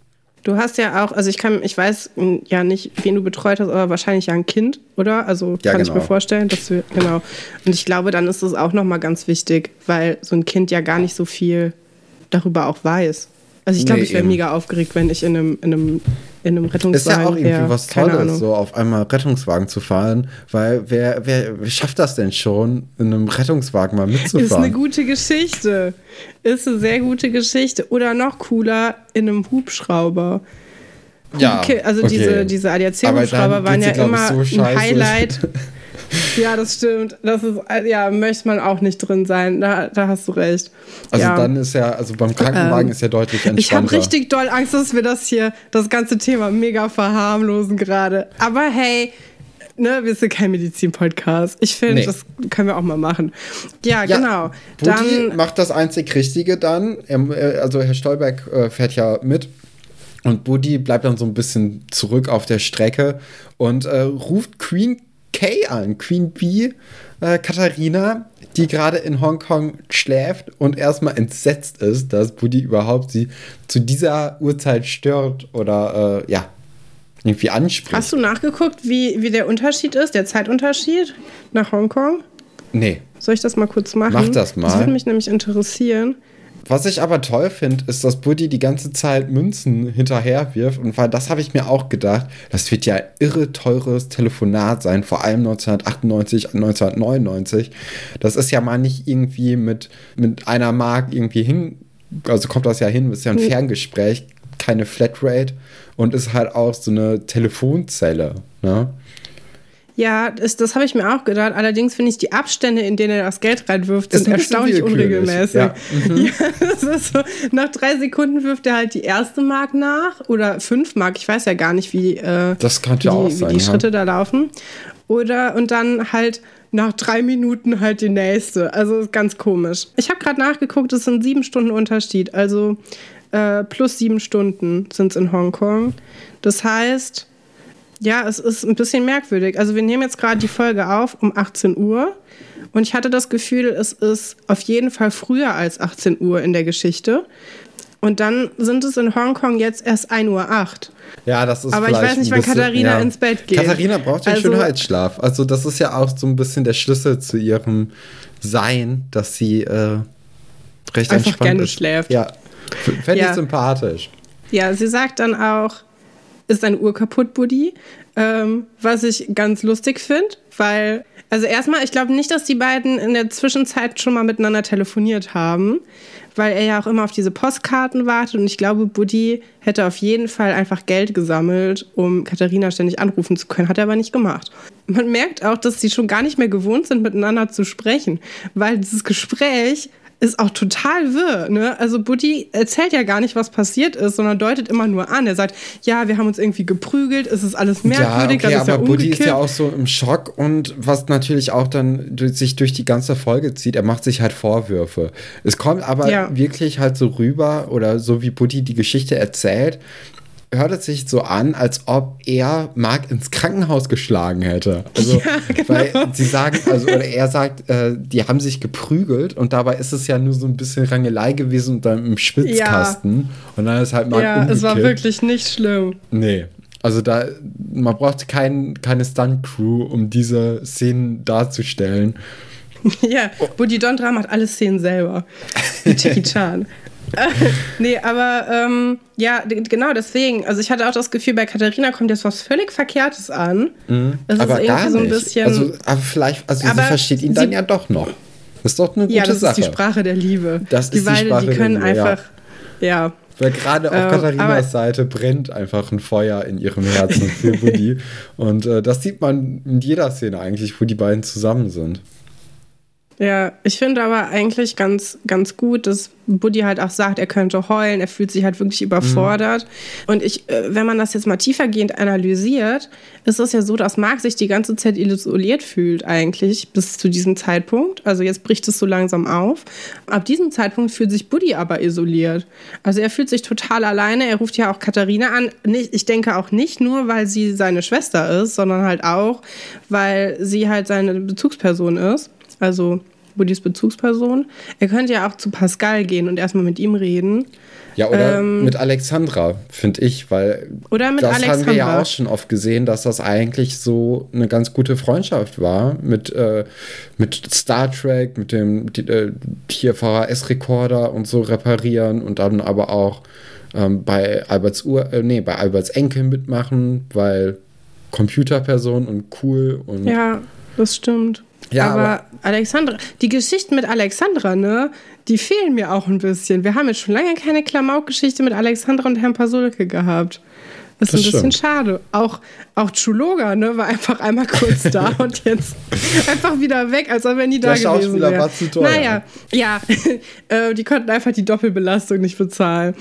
Du hast ja auch, also ich kann, ich weiß m, ja nicht, wen du betreut hast, aber wahrscheinlich ja ein Kind, oder? Also Ja, kann ich genau. mir vorstellen, dass wir, genau. Und ich glaube, dann ist es auch nochmal ganz wichtig, weil so ein Kind ja gar nicht so viel darüber auch weiß. Also ich glaube, Nee, ich wäre eben. mega aufgeregt, wenn ich in einem, in einem, in einem Ist Rettungswagen ja auch irgendwie wär. was Keine Tolles, Ahnung. so auf einmal Rettungswagen zu fahren, weil wer, wer, wer schafft das denn schon, in einem Rettungswagen mal mitzufahren? Ist eine gute Geschichte. Ist eine sehr gute Geschichte. Oder noch cooler, in einem Hubschrauber. Ja, Okay, also okay. diese, diese A D A Aber C-Hubschrauber dann waren geht ja sie, glaub ich, immer so ein scheiße. Highlight. Ja, das stimmt. Das ist, ja, möchte man auch nicht drin sein. Da, da hast du recht. Also ja. dann ist ja, also beim Krankenwagen Ähm, ist ja deutlich Ich habe entspannter. richtig doll Angst, dass wir das hier, das ganze Thema mega verharmlosen gerade. Aber hey, ne, wir sind kein Medizin-Podcast. Ich finde, Nee. das können wir auch mal machen. Ja, Ja, genau. Buddy Dann, macht das einzig Richtige dann. Er, äh, also Herr Stolberg äh, fährt ja mit. Und Buddy bleibt dann so ein bisschen zurück auf der Strecke und äh, ruft Queen K an. Queen Bee, äh, Katharina, die gerade in Hongkong schläft und erstmal entsetzt ist, dass Buddy überhaupt sie zu dieser Uhrzeit stört oder äh, ja, irgendwie anspricht. hast du nachgeguckt, wie, wie der Unterschied ist, der Zeitunterschied nach Hongkong? Nee. Soll ich das mal kurz machen? Mach das mal. Das würde mich nämlich interessieren. Was ich aber toll finde, ist, dass Buddy die ganze Zeit Münzen hinterher wirft. Und weil das habe ich mir auch gedacht, das wird ja ein irre teures Telefonat sein, vor allem neunzehnhundertachtundneunzig, neunzehnhundertneunundneunzig. Das ist ja mal nicht irgendwie mit, mit einer Mark irgendwie hin, also kommt das ja hin, ist ja ein Ferngespräch, keine Flatrate und ist halt auch so eine Telefonzelle, ne? Ja, das, das habe ich mir auch gedacht. Allerdings finde ich, die Abstände, in denen er das Geld reinwirft, Ist sind ein bisschen erstaunlich willkürlich. unregelmäßig. Ja. Ja, das ist so, nach drei Sekunden wirft er halt die erste Mark nach oder fünf Mark. Ich weiß ja gar nicht, wie, äh, Das könnte wie, auch die, sein, wie die ja. Schritte da laufen. Oder und dann halt nach drei Minuten halt die nächste. Also ist ganz komisch. Ich habe gerade nachgeguckt, es sind sieben Stunden Unterschied. Also äh, plus sieben Stunden sind es in Hongkong. Das heißt, ja, es ist ein bisschen merkwürdig. Also wir nehmen jetzt gerade die Folge auf um achtzehn Uhr und ich hatte das Gefühl, es ist auf jeden Fall früher als achtzehn Uhr in der Geschichte. Und dann sind es in Hongkong jetzt erst ein Uhr acht. Ja, das ist Aber ich vielleicht weiß nicht, ein wann bisschen, Katharina ja. ins Bett geht. Katharina braucht den Also- Schönheitsschlaf. Also das ist ja auch so ein bisschen der Schlüssel zu ihrem Sein, dass sie äh, recht Einfach entspannt gerne ist. schläft. Ja, fände Ja. ich sympathisch. Ja, sie sagt dann auch, ist eine Uhr kaputt, Buddy? Ähm, was ich ganz lustig finde, weil, also erstmal, ich glaube nicht, dass die beiden in der Zwischenzeit schon mal miteinander telefoniert haben, weil er ja auch immer auf diese Postkarten wartet und ich glaube, Buddy hätte auf jeden Fall einfach Geld gesammelt, um Katharina ständig anrufen zu können, hat er aber nicht gemacht. Man merkt auch, dass sie schon gar nicht mehr gewohnt sind, miteinander zu sprechen, weil dieses Gespräch ist auch total wirr, ne? Also Buddy erzählt ja gar nicht, was passiert ist, sondern deutet immer nur an. Er sagt, ja, wir haben uns irgendwie geprügelt, es ist alles merkwürdig, ja, okay, das ist aber ja Buddy umgekippt. ist ja auch so im Schock und was natürlich auch dann durch, sich durch die ganze Folge zieht, er macht sich halt Vorwürfe. Es kommt aber Ja. wirklich halt so rüber oder so wie Buddy die Geschichte erzählt, hört es sich so an, als ob er Mark ins Krankenhaus geschlagen hätte. Also, Ja, genau. weil sie sagen, also oder er sagt, äh, die haben sich geprügelt und dabei ist es ja nur so ein bisschen Rangelei gewesen und dann im Schwitzkasten und dann ist halt Mark Ja, umgekippt. es war wirklich nicht schlimm. Nee. Also da, man braucht kein, keine Stunt-Crew, um diese Szenen darzustellen. Ja, Buddy Dondra macht alle Szenen selber. Wie Jackie Chan. Nee, aber ähm, ja, d- genau deswegen. Also ich hatte auch das Gefühl, bei Katharina kommt jetzt was völlig Verkehrtes an. Das aber ist gar irgendwie so ein nicht. bisschen. Also, aber vielleicht, also Aber sie versteht ihn sie- dann ja doch noch. Das ist doch eine gute ja, das Sache. ist die Sprache der Liebe. Das die ist die beide, Sprache die der können Liebe, ja. einfach, ja. Weil gerade auf Ähm, Katharinas aber- Seite brennt einfach ein Feuer in ihrem Herzen für Buddy. Und äh, das sieht man in jeder Szene eigentlich, wo die beiden zusammen sind. Ja, ich finde aber eigentlich ganz, ganz gut, dass Buddy halt auch sagt, er könnte heulen, er fühlt sich halt wirklich überfordert. Mhm. Und ich, wenn man das jetzt mal tiefergehend analysiert, ist es ja so, dass Mark sich die ganze Zeit isoliert fühlt eigentlich bis zu diesem Zeitpunkt. Also jetzt bricht es so langsam auf. Ab diesem Zeitpunkt fühlt sich Buddy aber isoliert. Also er fühlt sich total alleine. Er ruft ja auch Katharina an. Ich denke auch nicht nur, weil sie seine Schwester ist, sondern halt auch, weil sie halt seine Bezugsperson ist. Also Buddys Bezugsperson. Er könnte ja auch zu Pascal gehen und erstmal mit ihm reden. Ja, oder ähm, mit Alexandra, finde ich, weil oder mit das Alexandra. haben wir ja auch schon oft gesehen, dass das eigentlich so eine ganz gute Freundschaft war mit, äh, mit Star Trek, mit dem die, äh, hier V H S-Rekorder und so reparieren und dann aber auch ähm, bei Alberts Ur, äh, nee, bei Alberts Enkel mitmachen, weil Computerperson und cool und ja, das stimmt. Ja, aber, aber Alexandra, die Geschichten mit Alexandra, ne, die fehlen mir auch ein bisschen. Wir haben jetzt schon lange keine Klamauk-Geschichte mit Alexandra und Herrn Pasulke gehabt. Das ist das ein bisschen stimmt. schade. Auch, auch Chuloga, ne, war einfach einmal kurz da und jetzt einfach wieder weg, als ob er nie da gewesen wäre. Der Schauspieler war zu teuer. Naja, ja, äh, die konnten einfach die Doppelbelastung nicht bezahlen.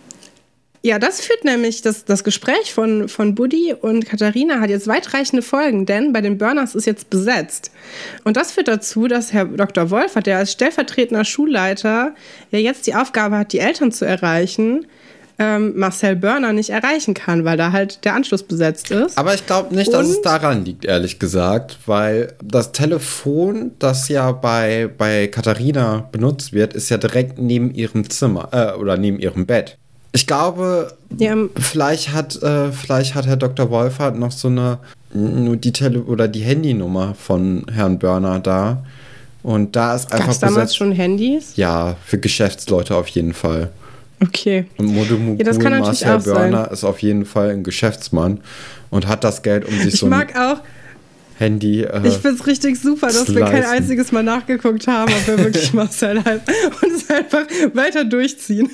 Ja, das führt nämlich, das, das Gespräch von, von Buddy und Katharina hat jetzt weitreichende Folgen, denn bei den Burners ist jetzt besetzt. Und das führt dazu, dass Herr Doktor Wolfert, der als stellvertretender Schulleiter ja jetzt die Aufgabe hat, die Eltern zu erreichen, ähm, Marcel Börner nicht erreichen kann, weil da halt der Anschluss besetzt ist. Aber ich glaube nicht, und dass es daran liegt, ehrlich gesagt, weil das Telefon, das ja bei, bei Katharina benutzt wird, ist ja direkt neben ihrem Zimmer äh, oder neben ihrem Bett. Ich glaube, ja. vielleicht hat äh, vielleicht hat Herr Doktor Wolfert noch so eine nur die Tele- oder die Handynummer von Herrn Börner da und da ist einfach Gab's damals schon Handys? Ja, für Geschäftsleute auf jeden Fall. Okay. Und Modemogul ja, das kann natürlich Marcel auch Börner sein. Ist auf jeden Fall ein Geschäftsmann und hat das Geld, um sich ich so ein mag auch Handy. Äh, ich finde es richtig super, dass wir kein einziges Mal nachgeguckt haben, ob er wirklich Marcel heißt und es einfach weiter durchziehen.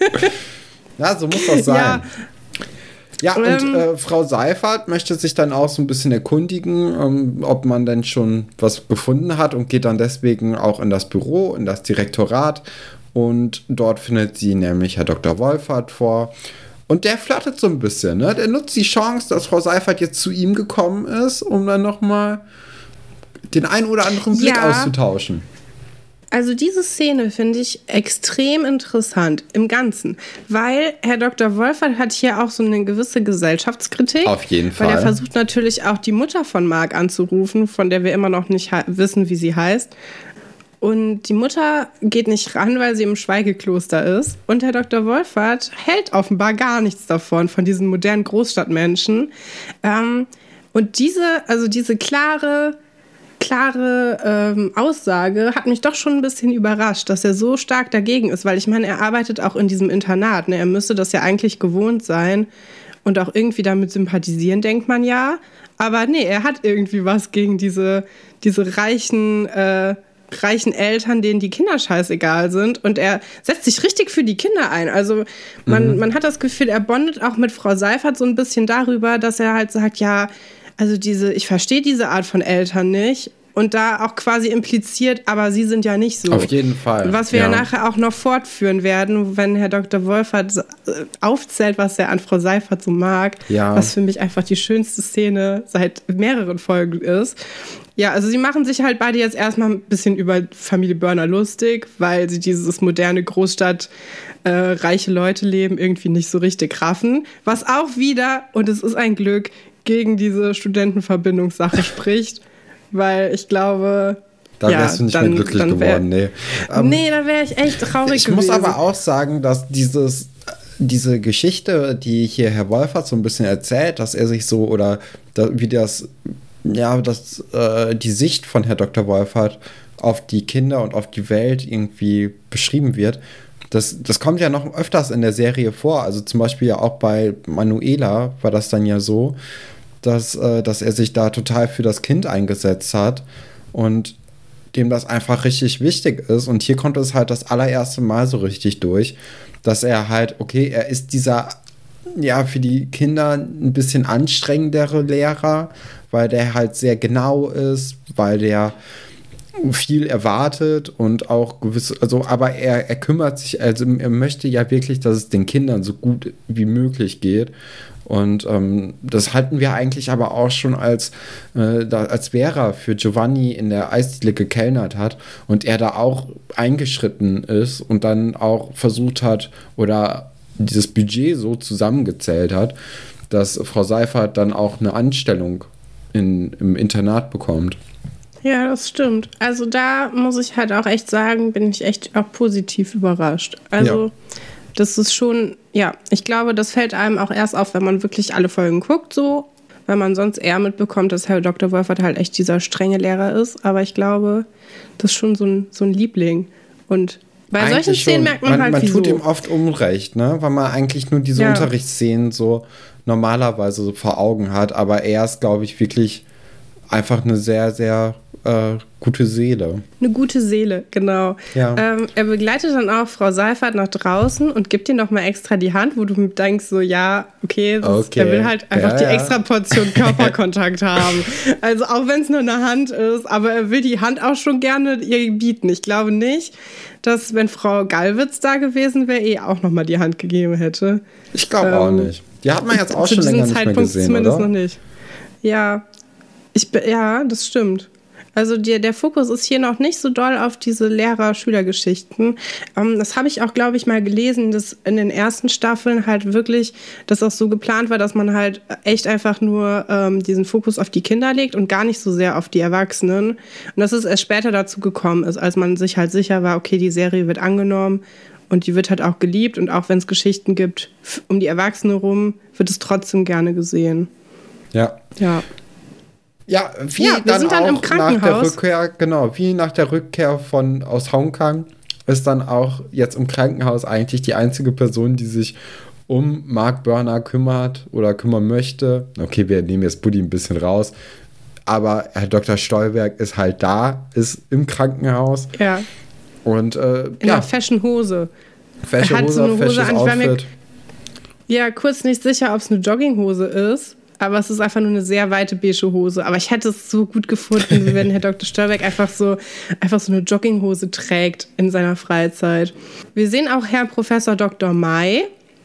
Ja, so muss das sein. Ja, ja und ähm, äh, Frau Seifert möchte sich dann auch so ein bisschen erkundigen, ähm, ob man denn schon was gefunden hat und geht dann deswegen auch in das Büro, in das Direktorat und dort findet sie nämlich Herr Doktor Wolfert vor und der flirtet so ein bisschen, ne? Der nutzt die Chance, dass Frau Seifert jetzt zu ihm gekommen ist, um dann nochmal den einen oder anderen Blick ja. auszutauschen. Also diese Szene finde ich extrem interessant im Ganzen, weil Herr Doktor Wolfert hat hier auch so eine gewisse Gesellschaftskritik. Auf jeden Fall. Weil er versucht natürlich auch die Mutter von Mark anzurufen, von der wir immer noch nicht ha- wissen, wie sie heißt. Und die Mutter geht nicht ran, weil sie im Schweigekloster ist. Und Herr Doktor Wolfert hält offenbar gar nichts davon, von diesen modernen Großstadtmenschen. Ähm, und diese, also diese klare... klare ähm, Aussage hat mich doch schon ein bisschen überrascht, dass er so stark dagegen ist, weil ich meine, er arbeitet auch in diesem Internat, ne? Er müsste das ja eigentlich gewohnt sein und auch irgendwie damit sympathisieren, denkt man ja, aber nee, er hat irgendwie was gegen diese, diese reichen, äh, reichen Eltern, denen die Kinder scheißegal sind und er setzt sich richtig für die Kinder ein, also man, mhm. man hat das Gefühl, er bondet auch mit Frau Seifert so ein bisschen darüber, dass er halt sagt, ja, also diese, ich verstehe diese Art von Eltern nicht und da auch quasi impliziert, aber sie sind ja nicht so. Auf jeden Fall. Was wir ja, ja nachher auch noch fortführen werden, wenn Herr Doktor Wolfert aufzählt, was er an Frau Seifert so mag, ja. was für mich einfach die schönste Szene seit mehreren Folgen ist. Ja, also sie machen sich halt beide jetzt erstmal ein bisschen über Familie Börner lustig, weil sie dieses moderne Großstadt äh, reiche Leute leben irgendwie nicht so richtig raffen. Was auch wieder, und es ist ein Glück, gegen diese Studentenverbindungssache spricht, weil ich glaube... Da wärst ja, du nicht dann, mehr glücklich wär, geworden, nee. Ähm, nee, da wäre ich echt traurig ich gewesen. Ich muss aber auch sagen, dass dieses, diese Geschichte, die hier Herr Wolfert so ein bisschen erzählt, dass er sich so, oder da, wie das, ja, das, äh, die Sicht von Herr Doktor Wolfert auf die Kinder und auf die Welt irgendwie beschrieben wird, Das, das kommt ja noch öfters in der Serie vor. Also zum Beispiel ja auch bei Manuela war das dann ja so, dass, äh, dass er sich da total für das Kind eingesetzt hat und dem das einfach richtig wichtig ist. Und hier kommt es halt das allererste Mal so richtig durch, dass er halt, okay, er ist dieser, ja, für die Kinder ein bisschen anstrengendere Lehrer, weil der halt sehr genau ist, weil der viel erwartet und auch gewisse, also aber er, er kümmert sich, also er möchte ja wirklich, dass es den Kindern so gut wie möglich geht. Und ähm, das halten wir eigentlich aber auch schon als, äh, da, als Vera für Giovanni in der Eisdiele gekellnert hat und er da auch eingeschritten ist und dann auch versucht hat oder dieses Budget so zusammengezählt hat, dass Frau Seifert dann auch eine Anstellung in, im Internat bekommt. Ja, das stimmt. Also da muss ich halt auch echt sagen, bin ich echt auch positiv überrascht. Also ja. Das ist schon, ja, ich glaube, das fällt einem auch erst auf, wenn man wirklich alle Folgen guckt, so, weil man sonst eher mitbekommt, dass Herr Doktor Wolfert halt echt dieser strenge Lehrer ist. Aber ich glaube, das ist schon so ein, so ein Liebling. Und bei eigentlich solchen Szenen merkt man, man halt, man wieso. Man tut ihm oft Unrecht, ne? Weil man eigentlich nur diese ja. Unterrichtsszenen so normalerweise so vor Augen hat. Aber er ist, glaube ich, wirklich einfach eine sehr, sehr äh, gute Seele. Eine gute Seele, genau. Ja. Ähm, er begleitet dann auch Frau Seifert nach draußen und gibt ihr noch mal extra die Hand, wo du denkst so, ja, okay, das, okay. er will halt einfach ja, die ja. extra Portion Körperkontakt haben. Also auch wenn es nur eine Hand ist, aber er will die Hand auch schon gerne ihr bieten. Ich glaube nicht, dass, wenn Frau Gallwitz da gewesen wäre, eh auch noch mal die Hand gegeben hätte. Ich glaube ähm, auch nicht. Die hat man jetzt auch schon länger nicht mehr gesehen, zumindest oder? noch nicht. Ja, ich, ja, das stimmt. Also der, der Fokus ist hier noch nicht so doll auf diese Lehrer-Schüler-Geschichten. Ähm, das habe ich auch, glaube ich, mal gelesen, dass in den ersten Staffeln halt wirklich das auch so geplant war, dass man halt echt einfach nur ähm, diesen Fokus auf die Kinder legt und gar nicht so sehr auf die Erwachsenen. Und dass es erst später dazu gekommen ist, als man sich halt sicher war, okay, die Serie wird angenommen und die wird halt auch geliebt. Und auch wenn es Geschichten gibt um die Erwachsene rum, wird es trotzdem gerne gesehen. Ja. Ja. Ja, wie ja, wir dann sind dann auch im Krankenhaus. Nach der Rückkehr, genau, wie nach der Rückkehr von aus Hongkong ist dann auch jetzt im Krankenhaus eigentlich die einzige Person, die sich um Mark Börner kümmert oder kümmern möchte. Okay, wir nehmen jetzt Buddy ein bisschen raus, aber Herr Doktor Stolberg ist halt da, ist im Krankenhaus. Ja. Und äh, in ja. einer Fashion-Hose. Fashion er hat Hose, so eine Hose an. Ich war mir Outfit. ja kurz nicht sicher, ob es eine Jogginghose ist. Aber es ist einfach nur eine sehr weite beige Hose. Aber ich hätte es so gut gefunden, wie wenn Herr Doktor Stolberg einfach so, einfach so eine Jogginghose trägt in seiner Freizeit. Wir sehen auch Herrn Professor Doktor May.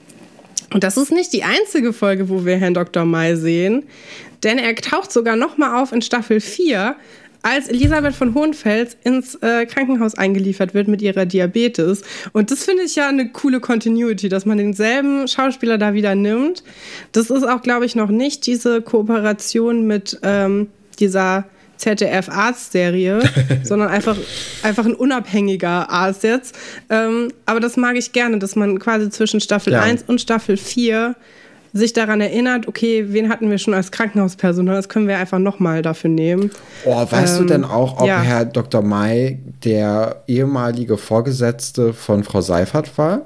Und das ist nicht die einzige Folge, wo wir Herrn Doktor May sehen. Denn er taucht sogar noch mal auf in Staffel vier, als Elisabeth von Hohenfels ins äh, Krankenhaus eingeliefert wird mit ihrer Diabetes. Und das finde ich ja eine coole Continuity, dass man denselben Schauspieler da wieder nimmt. Das ist auch, glaube ich, noch nicht diese Kooperation mit ähm, dieser Z D F-Arzt-Serie, sondern einfach, einfach ein unabhängiger Arzt jetzt. Ähm, aber das mag ich gerne, dass man quasi zwischen Staffel ja. eins und Staffel vier sich daran erinnert, okay, wen hatten wir schon als Krankenhauspersonal, das können wir einfach nochmal dafür nehmen. Oh, weißt ähm, du denn auch, ob ja. Herr Doktor May der ehemalige Vorgesetzte von Frau Seifert war?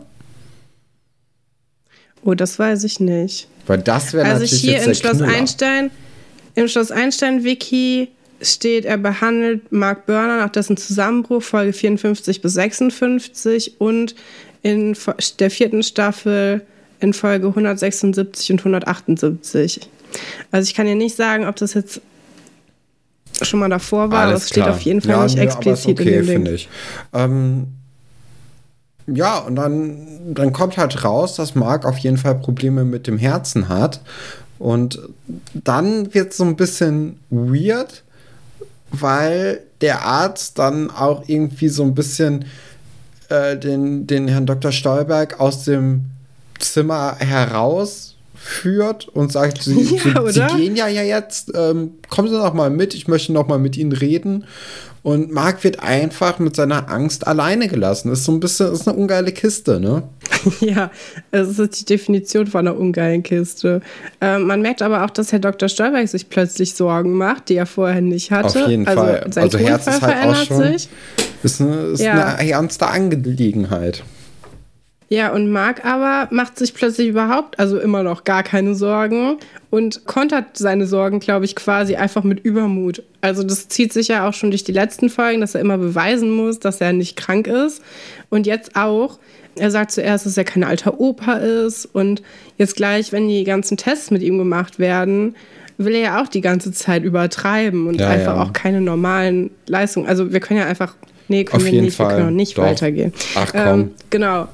Oh, das weiß ich nicht. Weil das wäre also natürlich hier jetzt in der Schloss Knüller. Einstein, im Schloss Einstein-Wiki steht, er behandelt Mark Börner nach dessen Zusammenbruch, Folge vierundfünfzig bis sechsundfünfzig und in der vierten Staffel in Folge hundertsechsundsiebzig und hundertachtundsiebzig. Also ich kann dir nicht sagen, ob das jetzt schon mal davor war, Alles aber es steht klar. auf jeden Fall ja, nicht nö, explizit okay, in dem Ding. finde ich. Ähm, ja, und dann, dann kommt halt raus, dass Mark auf jeden Fall Probleme mit dem Herzen hat. Und dann wird es so ein bisschen weird, weil der Arzt dann auch irgendwie so ein bisschen äh, den, den Herrn Doktor Stolberg aus dem Zimmer herausführt und sagt, sie, ja, sie, sie gehen ja, ja jetzt, ähm, kommen Sie noch mal mit, ich möchte noch mal mit Ihnen reden. Und Mark wird einfach mit seiner Angst alleine gelassen. Das ist so ein bisschen, ist eine ungeile Kiste, ne? Ja, es ist die Definition von einer ungeilen Kiste. Ähm, man merkt aber auch, dass Herr Doktor Stolberg sich plötzlich Sorgen macht, die er vorher nicht hatte. Auf jeden also Fall. Sein also Herz ist halt auch schon, sich. ist eine, ist ja. eine ernste Angelegenheit. Ja, und Mark aber macht sich plötzlich überhaupt, also immer noch gar keine Sorgen und kontert seine Sorgen, glaube ich, quasi einfach mit Übermut. Also das zieht sich ja auch schon durch die letzten Folgen, dass er immer beweisen muss, dass er nicht krank ist. Und jetzt auch. Er sagt zuerst, dass er kein alter Opa ist und jetzt gleich, wenn die ganzen Tests mit ihm gemacht werden, will er ja auch die ganze Zeit übertreiben und ja, einfach ja. auch keine normalen Leistungen. Also wir können ja einfach, nee, können Auf wir jeden nicht, Fall. wir können auch nicht Doch. weitergehen. Ach komm. Ähm, genau.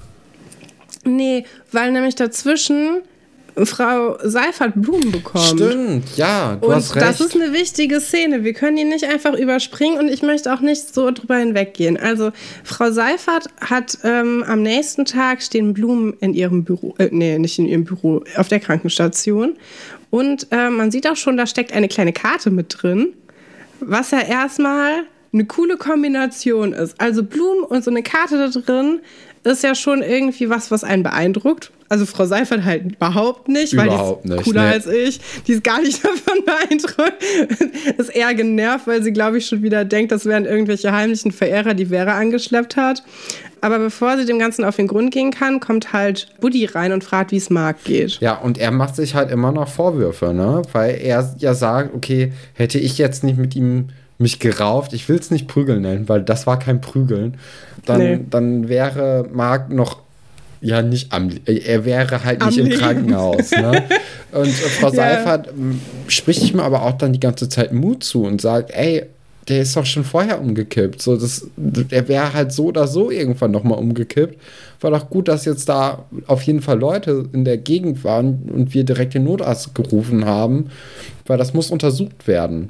Nee, weil nämlich dazwischen Frau Seifert Blumen bekommt. Stimmt, ja, du und hast recht. das ist eine wichtige Szene. Wir können die nicht einfach überspringen und ich möchte auch nicht so drüber hinweggehen. Also Frau Seifert hat ähm, am nächsten Tag stehen Blumen in ihrem Büro, äh, nee, nicht in ihrem Büro, auf der Krankenstation. Und äh, man sieht auch schon, da steckt eine kleine Karte mit drin, was ja erstmal eine coole Kombination ist. Also Blumen und so eine Karte da drin ist ja schon irgendwie was, was einen beeindruckt. Also Frau Seifert halt überhaupt nicht, Überhaupt weil die ist nicht, cooler nee. als ich. Die ist gar nicht davon beeindruckt. Ist eher genervt, weil sie, glaube ich, schon wieder denkt, das wären irgendwelche heimlichen Verehrer, die Vera angeschleppt hat. Aber bevor sie dem Ganzen auf den Grund gehen kann, kommt halt Buddy rein und fragt, wie es Marc geht. Ja, und er macht sich halt immer noch Vorwürfe, ne? Weil er ja sagt, okay, hätte ich jetzt nicht mit ihm mich gerauft, ich will es nicht Prügeln nennen, weil das war kein Prügeln, dann, Nee. dann wäre Marc noch ja nicht am, er wäre halt nicht Am im Leben. Krankenhaus, ne? Und äh, Frau Ja. Seifert ähm, spricht ihm aber auch dann die ganze Zeit Mut zu und sagt, ey, der ist doch schon vorher umgekippt. So, das, der wäre halt so oder so irgendwann nochmal umgekippt. War doch gut, dass jetzt da auf jeden Fall Leute in der Gegend waren und wir direkt den Notarzt gerufen haben, weil das muss untersucht werden.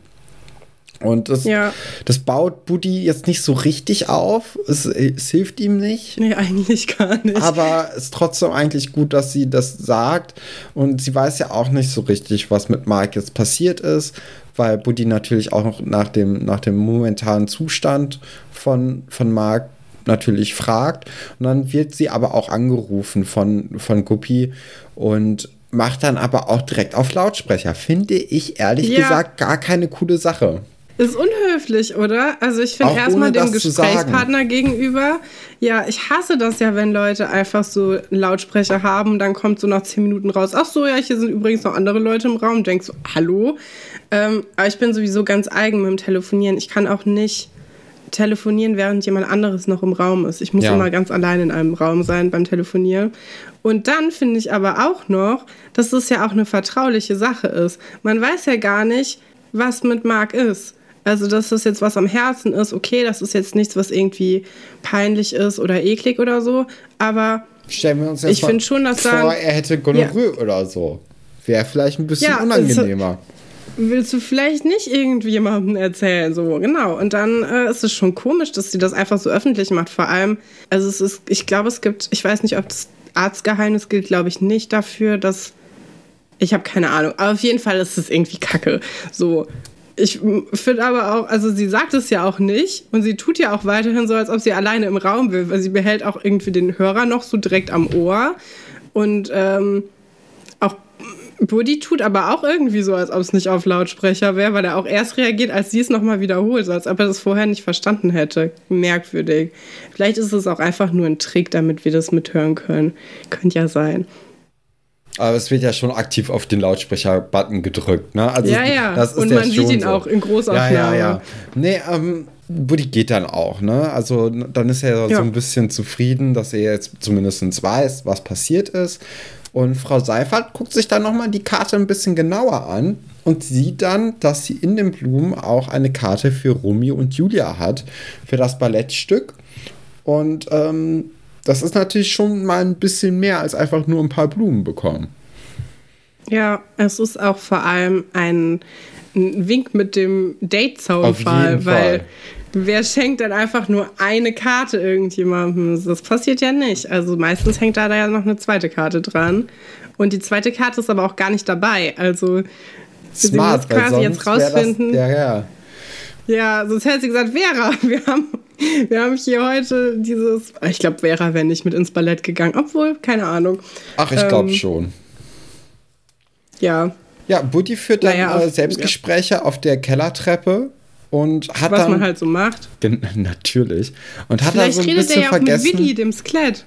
Und das, Ja. das baut Buddy jetzt nicht so richtig auf. Es, es hilft ihm nicht. Nee, eigentlich gar nicht. Aber es ist trotzdem eigentlich gut, dass sie das sagt. Und sie weiß ja auch nicht so richtig, was mit Marc jetzt passiert ist, weil Buddy natürlich auch noch nach dem, nach dem momentanen Zustand von, von Marc natürlich fragt. Und dann wird sie aber auch angerufen von, von Guppi und macht dann aber auch direkt auf Lautsprecher. Finde ich ehrlich Ja. gesagt gar keine coole Sache. Ist unhöflich, oder? Also ich finde Auch erstmal ohne dem das zu Gesprächspartner gegenüber, ja, ich hasse das ja, wenn Leute einfach so einen Lautsprecher haben und dann kommt so nach zehn Minuten raus, ach so, ja, hier sind übrigens noch andere Leute im Raum, denkst so, hallo? Ähm, aber ich bin sowieso ganz eigen mit dem Telefonieren. Ich kann auch nicht telefonieren, während jemand anderes noch im Raum ist. Ich muss Ja. immer ganz allein in einem Raum sein beim Telefonieren. Und dann finde ich aber auch noch, dass das ja auch eine vertrauliche Sache ist. Man weiß ja gar nicht, was mit Marc ist. Also, dass das jetzt was am Herzen ist, okay, das ist jetzt nichts, was irgendwie peinlich ist oder eklig oder so, aber Stellen wir uns jetzt ich mal finde schon, dass vor, dann, er hätte Gonorrhoe oder so. Wäre vielleicht ein bisschen Ja, unangenehmer. willst du vielleicht nicht irgendjemandem erzählen, so, genau. Und dann äh, ist es schon komisch, dass sie das einfach so öffentlich macht. Vor allem, also es ist, ich glaube, es gibt, ich weiß nicht, ob das Arztgeheimnis gilt, glaube ich nicht dafür, dass, ich habe keine Ahnung, aber auf jeden Fall ist es irgendwie kacke, so. Ich finde aber auch, also sie sagt es ja auch nicht und sie tut ja auch weiterhin so, als ob sie alleine im Raum will, weil sie behält auch irgendwie den Hörer noch so direkt am Ohr und ähm, auch Buddy tut aber auch irgendwie so, als ob es nicht auf Lautsprecher wäre, weil er auch erst reagiert, als sie es nochmal wiederholt, so als ob er das vorher nicht verstanden hätte. Merkwürdig. Vielleicht ist es auch einfach nur ein Trick, damit wir das mithören können. Könnte ja sein. Aber es wird ja schon aktiv auf den Lautsprecher-Button gedrückt, ne? Also Ja, ja. Das ist Und ja man schon sieht ihn so. auch in Großaufnahme. Ja, ja, ja. Nee, ähm, Buddy geht dann auch, ne? Also dann ist er Ja. so ein bisschen zufrieden, dass er jetzt zumindest weiß, was passiert ist. Und Frau Seifert guckt sich dann nochmal die Karte ein bisschen genauer an und sieht dann, dass sie in den Blumen auch eine Karte für Romeo und Julia hat, für das Ballettstück. Und ähm, das ist natürlich schon mal ein bisschen mehr als einfach nur ein paar Blumen bekommen. Ja, es ist auch vor allem ein, ein Wink mit dem Date-Zaunpfahl, Auf jeden weil Fall. wer schenkt dann einfach nur eine Karte irgendjemandem? Das passiert ja nicht. Also meistens hängt da ja noch eine zweite Karte dran. Und die zweite Karte ist aber auch gar nicht dabei. Also Smart, sie muss weil quasi jetzt sonst wär rausfinden. Das, ja, ja. Ja, sonst hätte sie gesagt, Vera, wir haben, wir haben hier heute dieses, ich glaube, Vera wäre nicht mit ins Ballett gegangen, obwohl, keine Ahnung. Ach, ich glaube Ähm, schon. Ja, Ja, Buddy führt dann Naja, äh, auf- Selbstgespräche auf der Kellertreppe und hat was dann man halt so macht. Gen- natürlich und hat Vielleicht da so ein redet er bisschen ja auch mit vergessen. Willi, dem Skelett.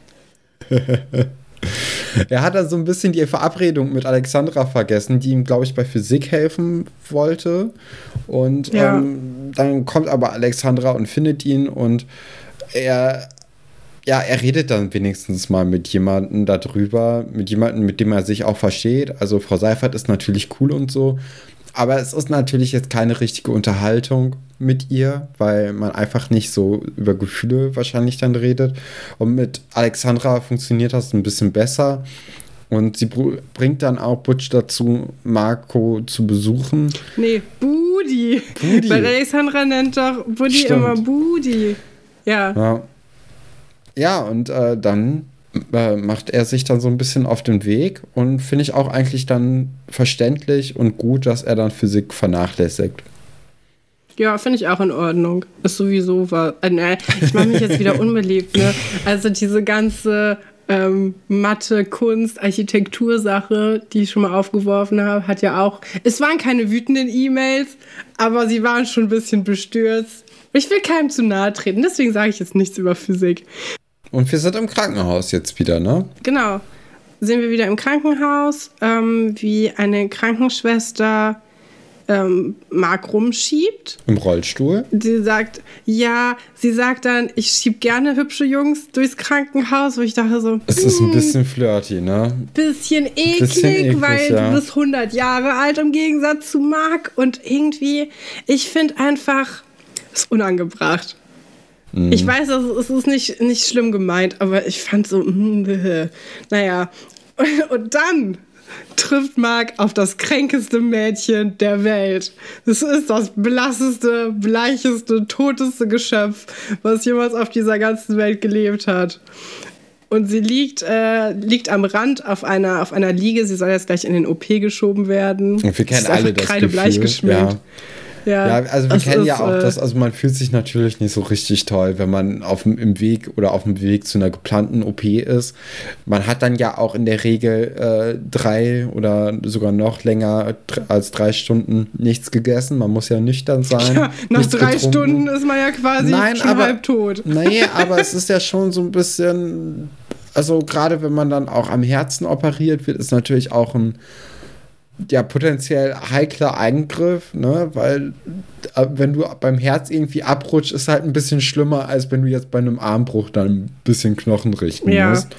Er hat da so ein bisschen die Verabredung mit Alexandra vergessen, die ihm, glaube ich, bei Physik helfen wollte. Und Ja. ähm, dann kommt aber Alexandra und findet ihn und er, ja, er redet dann wenigstens mal mit jemandem darüber, mit jemandem, mit dem er sich auch versteht. Also Frau Seifert ist natürlich cool und so, Aber es ist natürlich jetzt keine richtige Unterhaltung mit ihr, weil man einfach nicht so über Gefühle wahrscheinlich dann redet. Und mit Alexandra funktioniert das ein bisschen besser. Und sie br- bringt dann auch Butch dazu, Marco zu besuchen. Nee, Budi. Budi. Weil Alexandra nennt doch Budi Stimmt. immer Budi. Ja. Ja, ja und äh, dann äh, macht er sich dann so ein bisschen auf den Weg und finde ich auch eigentlich dann verständlich und gut, dass er dann Physik vernachlässigt. Ja, finde ich auch in Ordnung. Ist sowieso war. Äh, ne, ich mache mich jetzt wieder unbeliebt, ne? Also diese ganze ähm, Mathe, Kunst, Architektursache, die ich schon mal aufgeworfen habe, hat ja auch. Es waren keine wütenden E-Mails, aber sie waren schon ein bisschen bestürzt. Ich will keinem zu nahe treten, deswegen sage ich jetzt nichts über Physik. Und wir sind im Krankenhaus jetzt wieder, ne? Genau. Sind wir wieder im Krankenhaus, ähm, wie eine Krankenschwester ähm, Marc rumschiebt. Im Rollstuhl. Sie sagt, ja, sie sagt dann, ich schieb gerne hübsche Jungs durchs Krankenhaus, wo ich dachte so, Es ist ein bisschen flirty, ne? bisschen eklig, Bisschen eklig, weil ja. du bist hundert Jahre alt im Gegensatz zu Marc und irgendwie, ich finde einfach, es ist unangebracht. Mhm. Ich weiß, es ist nicht, nicht schlimm gemeint, aber ich fand so, mm, naja. Und, und dann trifft Marc auf das kränkeste Mädchen der Welt. Das ist das blasseste, bleicheste, toteste Geschöpf, was jemals auf dieser ganzen Welt gelebt hat. Und sie liegt, äh, liegt am Rand auf einer, auf einer Liege. Sie soll jetzt gleich in den O P geschoben werden. Und wir kennen alle das kreidebleich Gefühl. geschminkt. Ja. Ja, Ja, also wir kennen ist, ja auch äh, das, also man fühlt sich natürlich nicht so richtig toll, wenn man auf dem, im Weg oder auf dem Weg zu einer geplanten O P ist. Man hat dann ja auch in der Regel äh, drei oder sogar noch länger dr- als drei Stunden nichts gegessen. Man muss ja nüchtern sein. Ja, nach nichts drei getrunken. Stunden ist man ja quasi Nein, schon aber- halb tot. Nee, aber es ist ja schon so ein bisschen, also gerade wenn man dann auch am Herzen operiert wird, ist natürlich auch ein ja, potenziell heikler Eingriff, ne, weil äh, wenn du beim Herz irgendwie abrutscht, ist halt ein bisschen schlimmer, als wenn du jetzt bei einem Armbruch dann ein bisschen Knochen richten Ja. musst.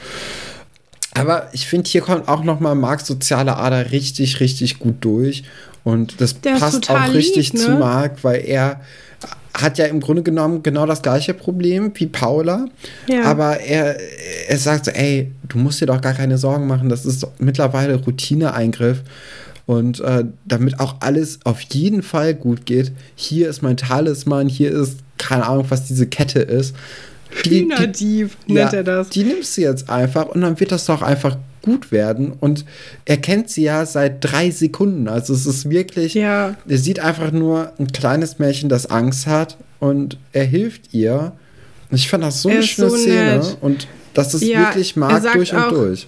Aber ich finde, hier kommt auch nochmal Marks soziale Ader richtig, richtig gut durch. Und das Der ist passt total auch richtig lieb, zu ne? Marc, weil er hat ja im Grunde genommen genau das gleiche Problem wie Paula. Ja. Aber er, er sagt so, ey, du musst dir doch gar keine Sorgen machen, das ist mittlerweile Routineeingriff. Und äh, damit auch alles auf jeden Fall gut geht, hier ist mein Talisman, hier ist keine Ahnung, was diese Kette ist. Die- die- Hühnerdieb nennt ja, er das. Die nimmst du jetzt einfach und dann wird das doch einfach gut werden. Und er kennt sie ja seit drei Sekunden. Also es ist wirklich, Ja. er sieht einfach nur ein kleines Mädchen, das Angst hat und er hilft ihr. Und ich fand das so Er eine ist schöne so Szene. nett. Und das ist Ja, wirklich er Marc sagt durch und auch- durch.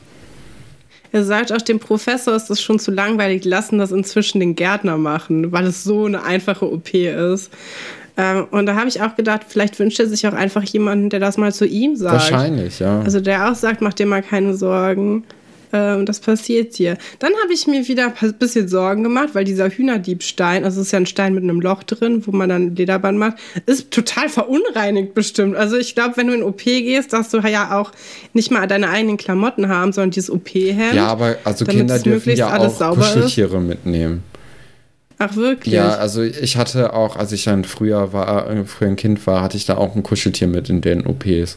Er sagt auch, dem Professor ist das schon zu langweilig, lassen das inzwischen den Gärtner machen, weil es so eine einfache O P ist. Ähm, und da habe ich auch gedacht, vielleicht wünscht er sich auch einfach jemanden, der das mal zu ihm sagt. Wahrscheinlich, ja. Also der auch sagt, mach dir mal keine Sorgen. Ähm, das passiert dir. Dann habe ich mir wieder ein bisschen Sorgen gemacht, weil dieser Hühnerdiebstein, also es ist ja ein Stein mit einem Loch drin, wo man dann Lederband macht, ist total verunreinigt bestimmt. Also ich glaube, wenn du in O P gehst, darfst du ja auch nicht mal deine eigenen Klamotten haben, sondern dieses O P-Hemd. Ja, aber also damit Kinder es dürfen möglichst ja alles auch sauber ist. Kuscheltiere mitnehmen. Ach, wirklich? Ja, also ich hatte auch, als ich dann früher war, äh, früher ein Kind war, hatte ich da auch ein Kuscheltier mit in den O Ps.